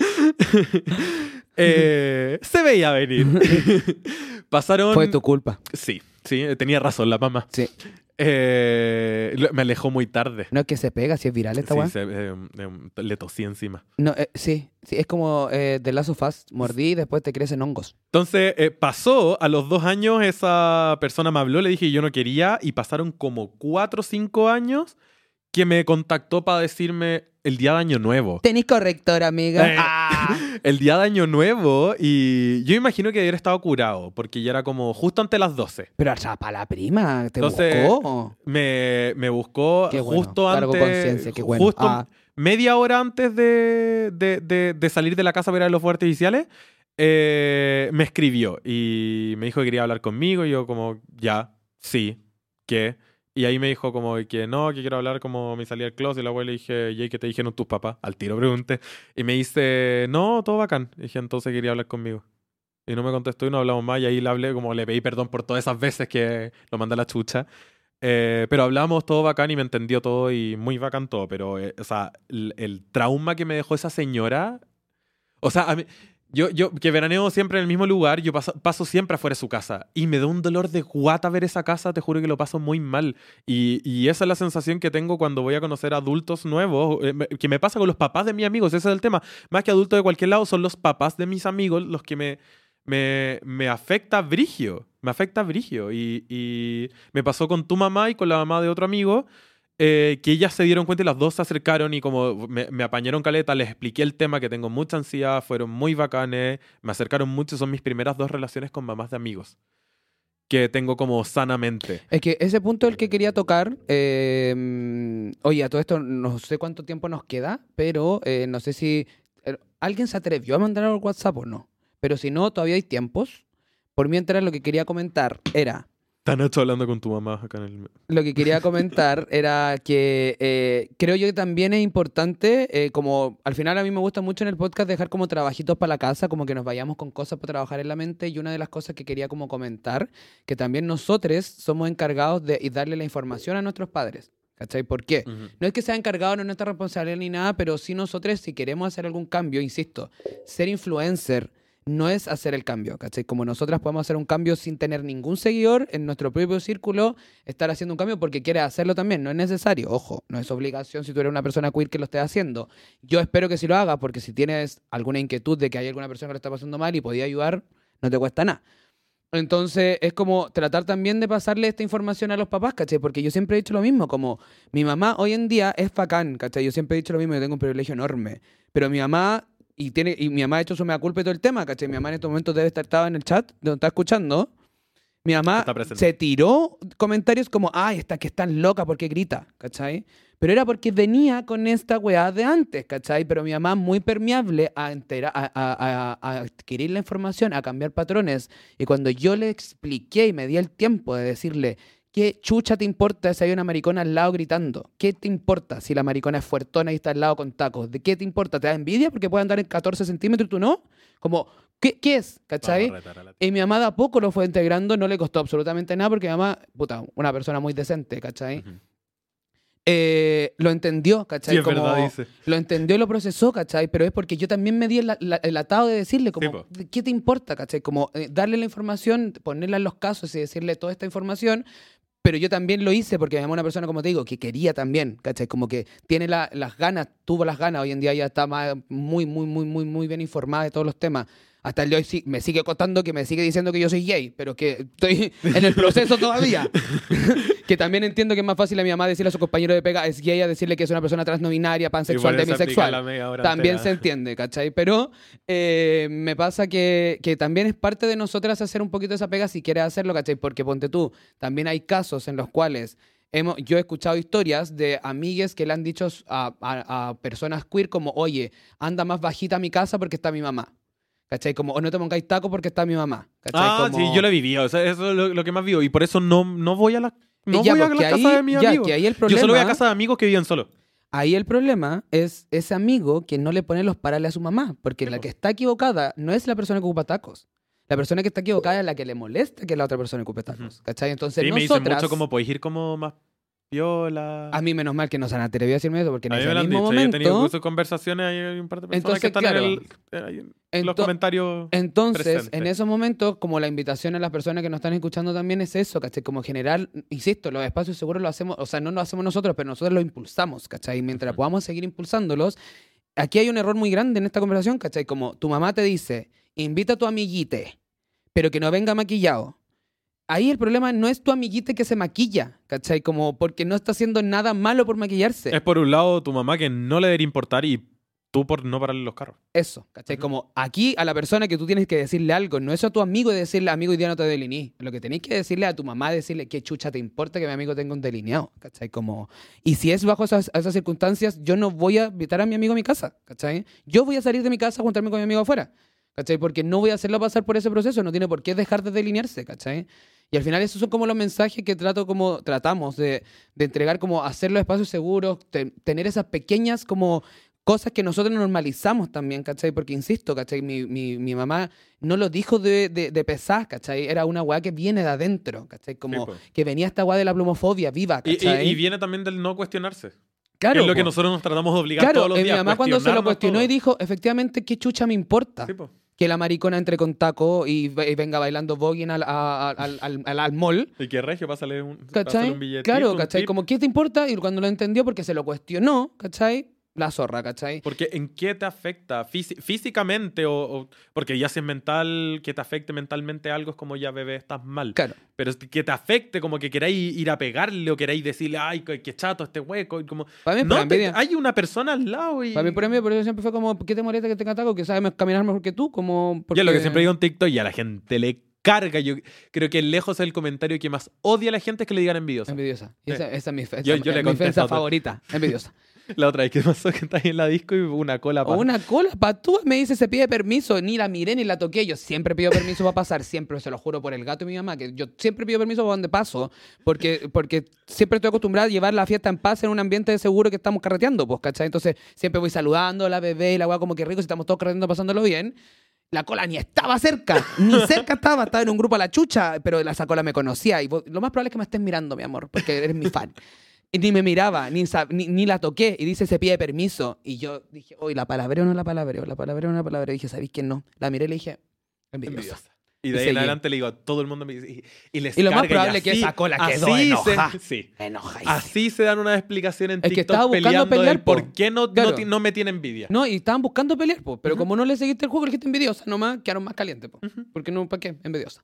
Eh, se veía venir. Pasaron... Fue tu culpa. Sí, sí, tenía razón la mamá. Sí. Eh, lo- me alejó muy tarde. No es que se pega, si es viral esta Sí, weá. se- eh, eh, le tosí encima. No, eh, sí, sí, es como eh, The Last of Us. Mordí y después te crecen hongos. Entonces, eh, pasó, a los dos años esa persona me habló, le dije que yo no quería, y pasaron como cuatro o cinco años que me contactó para decirme el día de Año Nuevo. Tenís corrector, amiga. Eh. Ah. El día de Año Nuevo, y yo imagino que hubiera estado curado, porque ya era como justo antes de las doce. Pero atrapa a la prima, te Entonces, buscó. Me, me buscó Qué bueno, justo cargo antes. conciencia, qué bueno. Justo Ah. media hora antes de, de, de- de salir de la casa para ir a los fuegos artificiales. eh, me escribió y me dijo que quería hablar conmigo. Y yo, como, ya, sí, ¿qué? Y ahí me dijo, como que no, que quiero hablar, como me salí del closet. Y la abuela le dije, ¿y qué te dijeron tus papás? Al tiro pregunté. Y me dice, no, todo bacán. Y dije, entonces quería hablar conmigo. Y no me contestó y no hablamos más. Y ahí le hablé, como le pedí perdón por todas esas veces que lo mandé a la chucha. Eh, pero hablamos todo bacán y me entendió todo y muy bacán todo. Pero, eh, o sea, el, el trauma que me dejó esa señora... O sea, a mí, yo, yo que veraneo siempre en el mismo lugar, yo paso, paso siempre afuera de su casa. Y me da un dolor de guata ver esa casa, te juro que lo paso muy mal. Y, y esa es la sensación que tengo cuando voy a conocer adultos nuevos, eh, me- que me pasa con los papás de mis amigos, ese es el tema. Más que adultos de cualquier lado, son los papás de mis amigos los que me, me, me afecta brigio. Me afecta brigio. Y, y me pasó con tu mamá y con la mamá de otro amigo eh, que ellas se dieron cuenta y las dos se acercaron y como me, me apañaron caleta, les expliqué el tema, que tengo mucha ansiedad, fueron muy bacanes, me acercaron mucho, son mis primeras dos relaciones con mamás de amigos, que tengo como sanamente. Es que ese punto es el que quería tocar. eh, mm, oye, a todo esto no sé cuánto tiempo nos queda, pero eh, no sé si eh, alguien se atrevió a mandar al WhatsApp o no. Pero si no, todavía hay tiempos. Por mientras, lo que quería comentar era... Está Nacho hablando con tu mamá acá en el... Lo que quería comentar era que eh, creo yo que también es importante, eh, como al final a mí me gusta mucho en el podcast dejar como trabajitos para la casa, como que nos vayamos con cosas para trabajar en la mente, y una de las cosas que quería como comentar, que también nosotros somos encargados de y darle la información a nuestros padres. ¿Cachai? ¿Por qué? Ujú. No es que sea encargado, no es nuestra responsabilidad ni nada, pero sí nosotros, si queremos hacer algún cambio, insisto, ser influencer no es hacer el cambio, ¿cachai? Como nosotras podemos hacer un cambio sin tener ningún seguidor en nuestro propio círculo, estar haciendo un cambio porque quieres hacerlo también, no es necesario, ojo, no es obligación si tú eres una persona queer que lo estés haciendo. Yo espero que sí lo hagas, porque si tienes alguna inquietud de que hay alguna persona que lo está pasando mal y podía ayudar, no te cuesta nada. Entonces, es como tratar también de pasarle esta información a los papás, ¿cachai? Porque yo siempre he dicho lo mismo, como mi mamá hoy en día es bacán, ¿cachai? Yo siempre he dicho lo mismo, yo tengo un privilegio enorme, pero mi mamá, y tiene y mi mamá ha hecho su mea culpa y todo el tema, ¿cachai? Mi mamá en estos momentos debe estar estaba en el chat, donde está escuchando. Mi mamá Está presente. se tiró comentarios como, ay, esta que es tan loca porque grita, ¿cachai? Pero era porque venía con esta weá de antes, ¿cachai? Pero mi mamá muy permeable a, entera- a, a- a- a adquirir la información, a cambiar patrones. Y cuando yo le expliqué y me di el tiempo de decirle, ¿qué chucha te importa si hay una maricona al lado gritando? ¿Qué te importa si la maricona es fuertona y está al lado con tacos? ¿De qué te importa? ¿Te da envidia porque puede andar en catorce centímetros y tú no? Como, ¿qué, qué es? ¿Cachai? Vamos a retar a la- Y mi mamá de a poco lo fue integrando, no le costó absolutamente nada porque mi mamá, puta, una persona muy decente, ¿cachai? Ujú. Eh, lo entendió, ¿cachai? Sí, es Como, verdad, dice. lo entendió y lo procesó, ¿cachai? Pero es porque yo también me di el, la- el atado de decirle, como, po. ¿qué te importa, ¿cachai? Como eh, darle la información, ponerla en los casos y decirle toda esta información. Pero yo también lo hice porque me llamó una persona, como te digo, que quería también, ¿cachai? Como que tiene la- las ganas, tuvo las ganas. Hoy en día ya está más, muy, muy, muy, muy, muy bien informada de todos los temas. Hasta el de hoy sí, me sigue contando que me sigue diciendo que yo soy gay, pero que estoy en el proceso todavía. Que también entiendo que es más fácil a mi mamá decirle a su compañero de pega es gay a decirle que es una persona trans no binaria, pansexual, Y ponerse a aplicar la demisexual. media hora También entera. se entiende, ¿cachai? Pero eh, me pasa que, que también es parte de nosotras hacer un poquito esa pega si quieres hacerlo, ¿cachai? Porque ponte tú, también hay casos en los cuales hemos, yo he escuchado historias de amigues que le han dicho a, a- a personas queer como, oye, anda más bajita a mi casa porque está mi mamá. ¿Cachai? Como, o no te pongáis taco porque está mi mamá. ¿Cachai? Ah, Como- sí, yo lo he vivido. O sea, eso es lo, lo que más vivo. Y por eso no, no voy a la, no Ya, voy a porque la ahí- casa de mis ya, amigos. que ahí el Yo solo voy a problema- casa de amigos que viven solos. Ahí el problema es ese amigo que no le pone los parales a su mamá, porque Sí, la po. que está equivocada no es la persona que ocupa tacos. La persona que está equivocada es la que le molesta que la otra persona ocupe tacos. ¿Cachai? Entonces Sí, me dicen nosotras... mucho como podéis ir como más piola. A mí menos mal que no se han atrevido a decirme eso, porque en A mí ese me lo han mismo dicho. Yo he tenido momento... incluso conversaciones ahí hay un par de personas Entonces, que están claro. en, el, eh, ahí en los Ento- comentarios. Entonces, presente. en esos momentos, como la invitación a las personas que nos están escuchando también es eso, ¿cachai? Como generar, insisto, los espacios seguros lo hacemos, o sea, no lo hacemos nosotros, pero nosotros lo impulsamos, ¿cachai? Y mientras Ujú. podamos seguir impulsándolos, aquí hay un error muy grande en esta conversación, ¿cachai? Como tu mamá te dice, invita a tu amiguite, pero que no venga maquillado. Ahí el problema no es tu amiguite que se maquilla, ¿cachai? Como porque no está haciendo nada malo por maquillarse. Es por un lado tu mamá que no le debería importar y tú por no pararle los carros. Eso, ¿cachai? Ujú. Como aquí a la persona que tú tienes que decirle algo, no es a tu amigo y decirle, amigo, hoy día no te delineé. Lo que tenés que decirle a tu mamá, decirle, qué chucha te importa que mi amigo tenga un delineado, ¿cachai? Como, y si es bajo esas, esas circunstancias, yo no voy a invitar a mi amigo a mi casa, ¿cachai? Yo voy a salir de mi casa a juntarme con mi amigo afuera, ¿cachai? Porque no voy a hacerlo pasar por ese proceso, no tiene por qué dejar de delinearse, ¿cachai? Y al final esos son como los mensajes que trato como, tratamos de, de entregar, como hacer los espacios seguros, te- tener esas pequeñas como cosas que nosotros normalizamos también, ¿cachai? Porque insisto, ¿cachai? Mi, mi, mi mamá no lo dijo de, de, de pesar, ¿cachai? Era una weá que viene de adentro, ¿cachai? Como Sí, po. que venía esta weá de la plumofobia viva, Y, y, ¿cachai? y viene también del no cuestionarse. Claro, Que es lo que po. nosotros nos tratamos de obligar Claro, todos los eh, días. mi mamá cuando se lo cuestionarnos cuestionó y todo. dijo, efectivamente, ¿qué chucha me importa? Sí, po. Que la maricona entre con taco y, ve- y venga bailando voguing al, a- al, al, al, al mall. Y que regio, pásale un, pásale ¿Cachai? un billetito, Claro, un ¿cachai? tip. Como, ¿qué te importa? Y cuando lo entendió, porque se lo cuestionó, ¿cachai? La zorra, ¿cachai? Porque ¿en qué te afecta? Físi- físicamente o, o- Porque ya si es mental, que te afecte mentalmente algo es como ya, bebé, estás mal. Claro. Pero es que te afecte, como que queráis ir a pegarle o queráis decirle, ay, qué, qué chato este hueco. Y como, Para mí es por no, te- envidia. hay una persona al lado y... Para mí, por envidia, por eso siempre fue como, ¿qué te molesta que tenga taco? Que sabe caminar mejor que tú, como... Ya lo que porque- siempre digo en TikTok y a la gente le carga. Yo creo que lejos es el comentario que más odia a la gente es que le digan envidiosa. Envidiosa. Y esa, esa es mi, fe- Yo- esa- yo le es mi contesto ofensa a todo. favorita. Envidiosa. La otra vez que pasó que estás en la disco y una cola O pa- una cola patúa me dice, se pide permiso. Ni la miré ni la toqué. Yo siempre pido permiso para pasar. Siempre, se lo juro por el gato de mi mamá, que yo siempre pido permiso para donde paso. Porque, porque siempre estoy acostumbrada a llevar la fiesta en paz en un ambiente de seguro que estamos carreteando, pues, ¿cachai? Entonces siempre voy saludando a la bebé y la weá como que rico. Si estamos todos carreteando, pasándolo bien. La cola ni estaba cerca, ni cerca estaba, estaba en un grupo a la chucha, pero la esa cola me conocía. Y vos- lo más probable es que me estés mirando, mi amor, porque eres mi fan. Y ni me miraba, ni, sab- ni, ni la toqué. Y dice, se pide permiso. Y yo dije, oye, ¿la palabreo o no la palabreo? ¿La palabreo o no la palabreo? Y dije, ¿sabéis que no? La miré y le dije, envidiosa. envidiosa. Y Y de ahí en seguí. adelante le digo a todo el mundo me dice, y, y les Y lo más carga, probable es que así- esa cola quedó así enoja. se, sí. Enojadísima. Así se dan una explicación en Es que TikTok estaba buscando peleando pelear, del por po. qué no, Claro. no, ti- no me tiene envidia. No, y estaban buscando pelear, po, pero Ujú. como no le seguiste el juego, le dijiste envidiosa, nomás quedaron más calientes, po. Ujú. Porque no, ¿para qué? Envidiosa.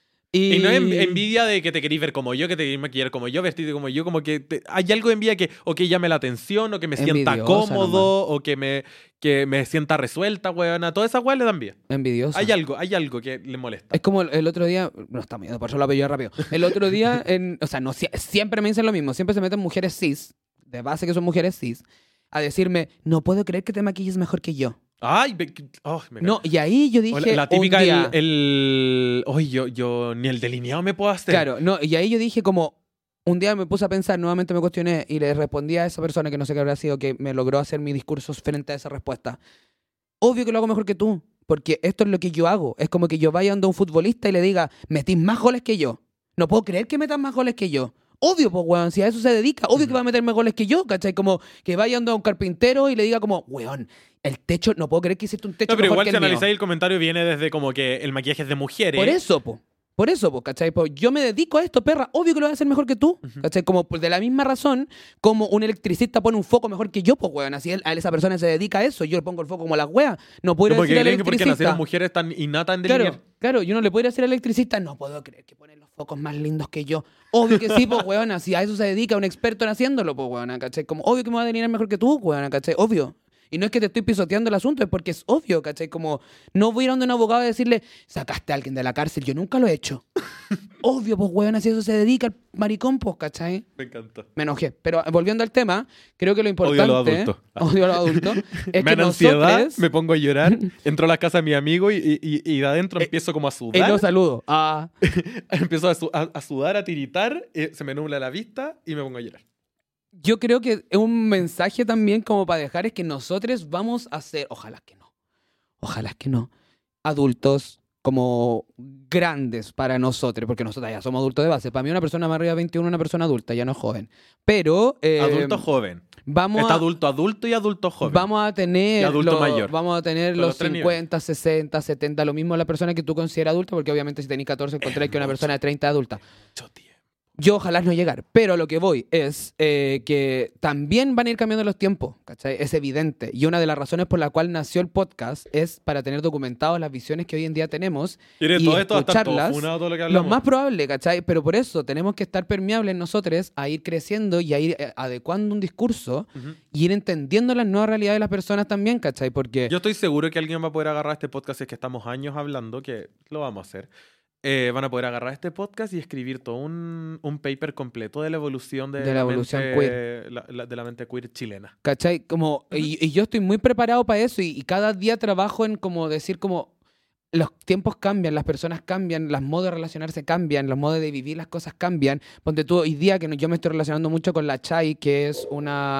Y no es en- envidia de que te querís ver como yo, que te querís maquillar como yo, vestirte como yo, como que te- hay algo de envidia que o que llame la atención, o que me sienta Envidiosa cómodo, o que me, que me sienta resuelta, weona. Todas esas weas le dan envidia. Envidiosa. Hay algo, hay algo que le molesta. Es como el, el otro día, no está miedo, por eso lo apellido rápido. El otro día, en, o sea, no sie- siempre me dicen lo mismo, siempre se meten mujeres cis, de base que son mujeres cis, a decirme, no puedo creer que te maquilles mejor que yo. Ay, me- oh, me No, y ahí yo O dije, la, la típica, un día, el, el... Oye, yo, yo ni el delineado me puedo hacer. claro, no, y ahí yo dije como, un día me puse a pensar, nuevamente me cuestioné y le respondí a esa persona que no sé qué habrá sido, que me logró hacer mi discurso frente a esa respuesta. Obvio que lo hago mejor que tú, porque esto es lo que yo hago. Es como que yo vaya donde un futbolista y le diga, metís más goles que yo. No puedo creer que metas más goles que yo. Obvio, pues, weón, si a eso se dedica, obvio que va a meter más goles que yo, ¿cachai? Como que vaya donde un carpintero y le diga como, weón, el techo, no puedo creer que hiciste un techo No, pero mejor igual que si el mío. analizáis el comentario viene desde como que el maquillaje es de mujeres. Por eso, po. Por eso, po, ¿cachai? Pues yo me dedico a esto, perra. Obvio que lo voy a hacer mejor que tú, Ujú. ¿cachai? Como pues, de la misma razón, como un electricista pone un foco mejor que yo, pues, weón. Así él, a esa persona se dedica a eso. Yo le pongo el foco como la wea. No puedo ir a Como que decir al creen que porque electricista. nacieron mujeres tan innatas en delinear. Claro, claro, yo no le puedo ir a decir al electricista, no puedo creer que pone los focos más lindos que yo. Obvio que sí, pues, weón. Si a eso se dedica un experto en haciéndolo, pues, weón, ¿cachai? Como obvio que me va a delinear mejor que tú, weón, ¿cachai? Obvio. Y no es que te estoy pisoteando el asunto, es porque es obvio, ¿cachai? Como no voy a ir a donde un abogado a decirle, sacaste a alguien de la cárcel, yo nunca lo he hecho. Obvio, pues, weón, así eso se dedica el maricón, pues, ¿cachai? Me encantó. Me enojé. Pero volviendo al tema, creo que lo importante... Odio a los adultos. Odio a los adultos. Es me que dan ansiedad, nosotros... me pongo a llorar, entro a la casa de mi amigo y, y- y de adentro empiezo como a Y sudar. lo saludo. Ah... Empiezo a, su- a- a sudar, a tiritar, eh, se me nubla la vista y me pongo a llorar. Yo creo que es un mensaje también como para dejar es que nosotros vamos a ser, ojalá que no, ojalá que no, adultos como grandes para nosotros, porque nosotros ya somos adultos de base. Para mí una persona más arriba de veintiuno es una persona adulta, ya no es joven. Pero eh, Adulto joven. vamos Está a, adulto adulto y adulto joven. vamos a tener Y adulto los- mayor. vamos a tener Con los los tres cincuenta, sesenta, setenta, lo mismo la persona que tú consideras adulta, porque obviamente si tenés catorce encontrás que una mucho. persona de treinta es adulta. Mucho tiempo. Yo ojalá no llegar, pero lo que voy es eh, que también van a ir cambiando los tiempos, ¿cachai? Es evidente. Y una de las razones por la cual nació el podcast es para tener documentadas las visiones que hoy en día tenemos Y de y todo esto va a estar todo escucharlas, funado, todo lo que lo hablamos. más probable, ¿cachai? Pero por eso tenemos que estar permeables nosotros a ir creciendo y a ir eh, adecuando un discurso Ujú. y ir entendiendo las nuevas realidades de las personas también, ¿cachai? Porque... Yo estoy seguro que alguien va a poder agarrar este podcast, si es que estamos años hablando, que lo vamos a hacer. Eh, van a poder agarrar este podcast y escribir todo un, un paper completo de la evolución de, De la evolución mente, queer. la- la- de la mente queer chilena. ¿Cachai? Como, y, y yo estoy muy preparado para eso y, y cada día trabajo en como decir como los tiempos cambian, las personas cambian, los modos de relacionarse cambian, los modos de vivir las cosas cambian. Ponte tú, hoy día que no- yo me estoy relacionando mucho con la Chai, que es una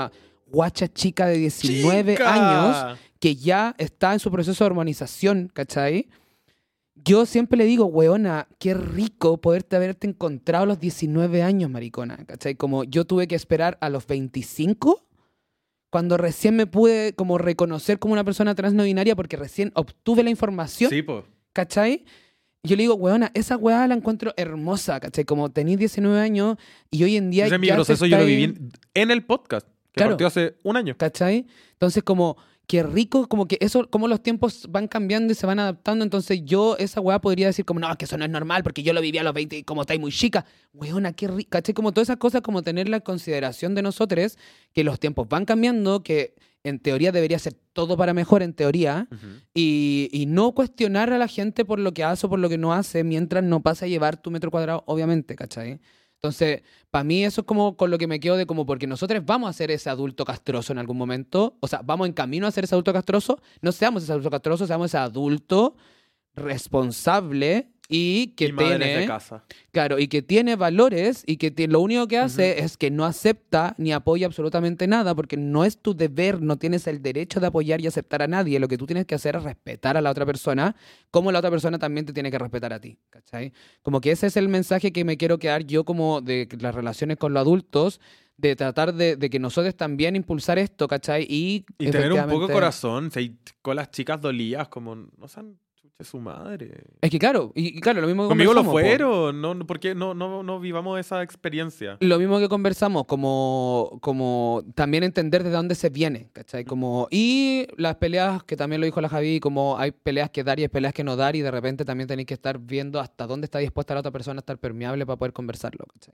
guacha chica de diecinueve ¡Chica! años que ya está en su proceso de hormonización, ¿cachai? Yo siempre le digo, weona, qué rico poderte haberte encontrado a los diecinueve años, maricona, ¿cachai? Como yo tuve que esperar a los veinticinco, cuando recién me pude como reconocer como una persona trans no binaria porque recién obtuve la información, Sí, po. ¿cachai? Yo le digo, weona, esa weá la encuentro hermosa, ¿cachai? Como tenís diecinueve años y hoy en día Ese es mi ya proceso, se yo está lo viví ahí, en, en el podcast, que Claro. partió hace un año. ¿cachai? Entonces como, qué rico, como que eso, como los tiempos van cambiando y se van adaptando, entonces yo esa weá podría decir como, no, que eso no es normal porque yo lo viví a los veinte y como estáis muy chica. Weona, qué rico, ¿cachai? Como todas esas cosas, como tenerla en consideración de nosotros, que los tiempos van cambiando, que en teoría debería ser todo para mejor, en teoría, Ujú. y, y no cuestionar a la gente por lo que hace o por lo que no hace, mientras no pase a llevar tu metro cuadrado, obviamente, ¿cachai? Entonces, para mí eso es como con lo que me quedo de como, porque nosotros vamos a ser ese adulto castroso en algún momento, o sea, vamos en camino a ser ese adulto castroso, no seamos ese adulto castroso, seamos ese adulto responsable y que Y madres tiene... de casa. Claro, y que tiene valores y que ti- lo único que hace Ujú. es que no acepta ni apoya absolutamente nada, porque no es tu deber, no tienes el derecho de apoyar y aceptar a nadie. Lo que tú tienes que hacer es respetar a la otra persona, como la otra persona también te tiene que respetar a ti, ¿cachai? Como que ese es el mensaje que me quiero quedar yo como de que las relaciones con los adultos, de tratar de, de que nosotros también impulsar esto, ¿cachai? Y, Y tener un poco de efectivamente- corazón, si hay con las chicas dolías, como no sean chuche su madre. Es que claro, y, y claro, lo mismo que Conmigo lo conversamos, po. fueron, no, no, ¿por qué no, no, no vivamos esa experiencia? Lo mismo que conversamos, como, como también entender de dónde se viene, ¿cachai? Como, y las peleas, que también lo dijo la Javi, como hay peleas que dar y hay peleas que no dar, y de repente también tenéis que estar viendo hasta dónde está dispuesta la otra persona a estar permeable para poder conversarlo, ¿cachai?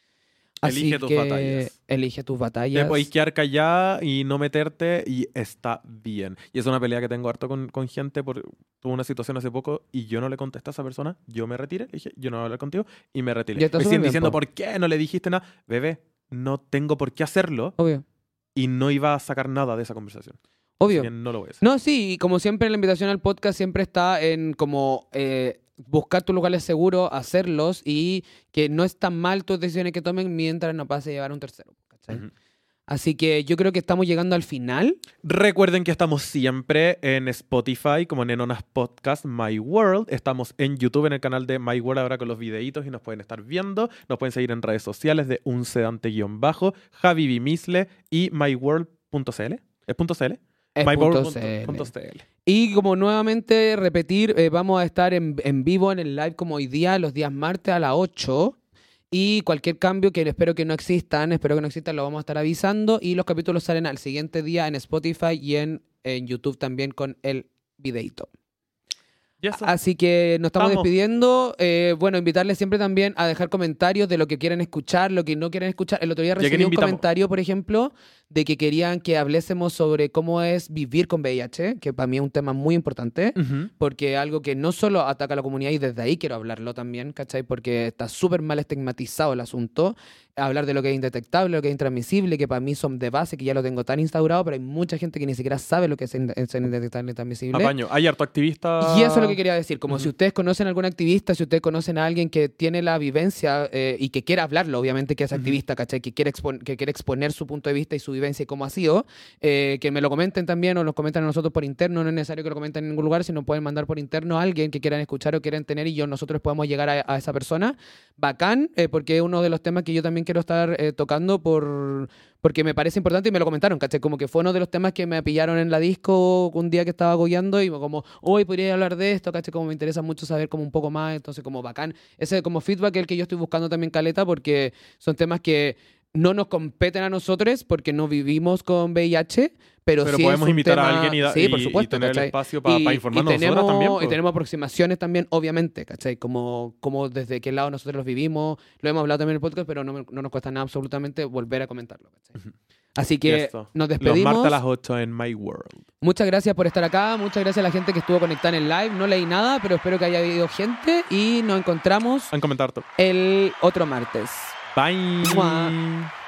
Así Elige tus que batallas. Elige tus Te batallas. podéis quedar callada y no meterte y está bien. Y es una pelea que tengo harto con, con gente. Por, tuve una situación hace poco y yo no le contesté a esa persona. Yo me retiré, le dije, yo no voy a hablar contigo y me retiré. Ya está Me súper siguen bien, diciendo, po. ¿por qué no le dijiste nada? Bebé, no tengo por qué hacerlo Obvio, y no iba a sacar nada de esa conversación. obvio. Así que no lo voy a hacer. No, sí, y como siempre la invitación al podcast siempre está en como eh, buscar tus lugares seguros, hacerlos y que no es tan mal tus decisiones que tomen mientras no pase a llevar a un tercero, ¿cachai? Ujú. Así que yo creo que estamos llegando al final. Recuerden que estamos siempre en Spotify como Nenonas Podcast My World. Estamos en YouTube en el canal de My World ahora con los videitos y nos pueden estar viendo. Nos pueden seguir en redes sociales de un sedante guión bajo, Javi Bimisle y myworld punto c l. ¿Es punto .cl? Es myworld punto C L. punto c l. Y como nuevamente repetir, eh, vamos a estar en, en vivo en el live como hoy día, los días martes a las ocho. Y cualquier cambio que espero que no existan, espero que no existan, lo vamos a estar avisando. Y los capítulos salen al siguiente día en Spotify y en, en YouTube también con el videito. Y eso. Así que nos estamos Vamos. despidiendo. Eh, bueno, invitarles siempre también a dejar comentarios de lo que quieren escuchar, lo que no quieren escuchar. El otro día ¿Y a quién recibí un invitamos? comentario, por ejemplo, de que querían que hablésemos sobre cómo es vivir con V I H, que para mí es un tema muy importante, Ujú. porque es algo que no solo ataca a la comunidad, y desde ahí quiero hablarlo también, ¿cachai? Porque está súper mal estigmatizado el asunto. Hablar de lo que es indetectable, lo que es intransmisible, que para mí son de base, que ya lo tengo tan instaurado, pero hay mucha gente que ni siquiera sabe lo que es in- es indetectable e intransmisible. Apaño. Hay harto activista. Y eso es lo que quería decir, como Ujú. si ustedes conocen a algún activista, si ustedes conocen a alguien que tiene la vivencia eh, y que quiere hablarlo, obviamente que es Ujú. activista, ¿cachai? Que quiere, expon- que quiere exponer su punto de vista y su vivencia y cómo ha sido, eh, que me lo comenten también o nos comenten a nosotros por interno, no es necesario que lo comenten en ningún lugar, sino pueden mandar por interno a alguien que quieran escuchar o quieran tener y yo nosotros podemos llegar a, a esa persona. Bacán, eh, porque es uno de los temas que yo también quiero estar eh, tocando por... porque me parece importante y me lo comentaron, ¿cachai? Como que fue uno de los temas que me pillaron en la disco un día que estaba gogueando y como, hoy podría hablar de esto, ¿cachai? Como me interesa mucho saber como un poco más, entonces como bacán. Ese como feedback es el que yo estoy buscando también, caleta, porque son temas que no nos competen a nosotros porque no vivimos con V I H, pero, Pero sí es podemos un invitar tema- a alguien y, da- sí, y- por y supuesto, tener el ¿cachai? espacio para Y- informarnos y tenemos, nosotros también. y pues. tenemos aproximaciones también, obviamente, ¿cachai? Como, como desde qué lado nosotros los vivimos, lo hemos hablado también en el podcast, pero no, me- no nos cuesta nada absolutamente volver a comentarlo, ¿cachai? Ujú. Así Y que esto, nos Los despedimos. martes a las ocho en My World. Muchas gracias por estar acá, muchas gracias a la gente que estuvo conectada en el live. No leí nada, pero espero que haya habido gente y nos encontramos Han comentado. el otro martes. Bye. Mua.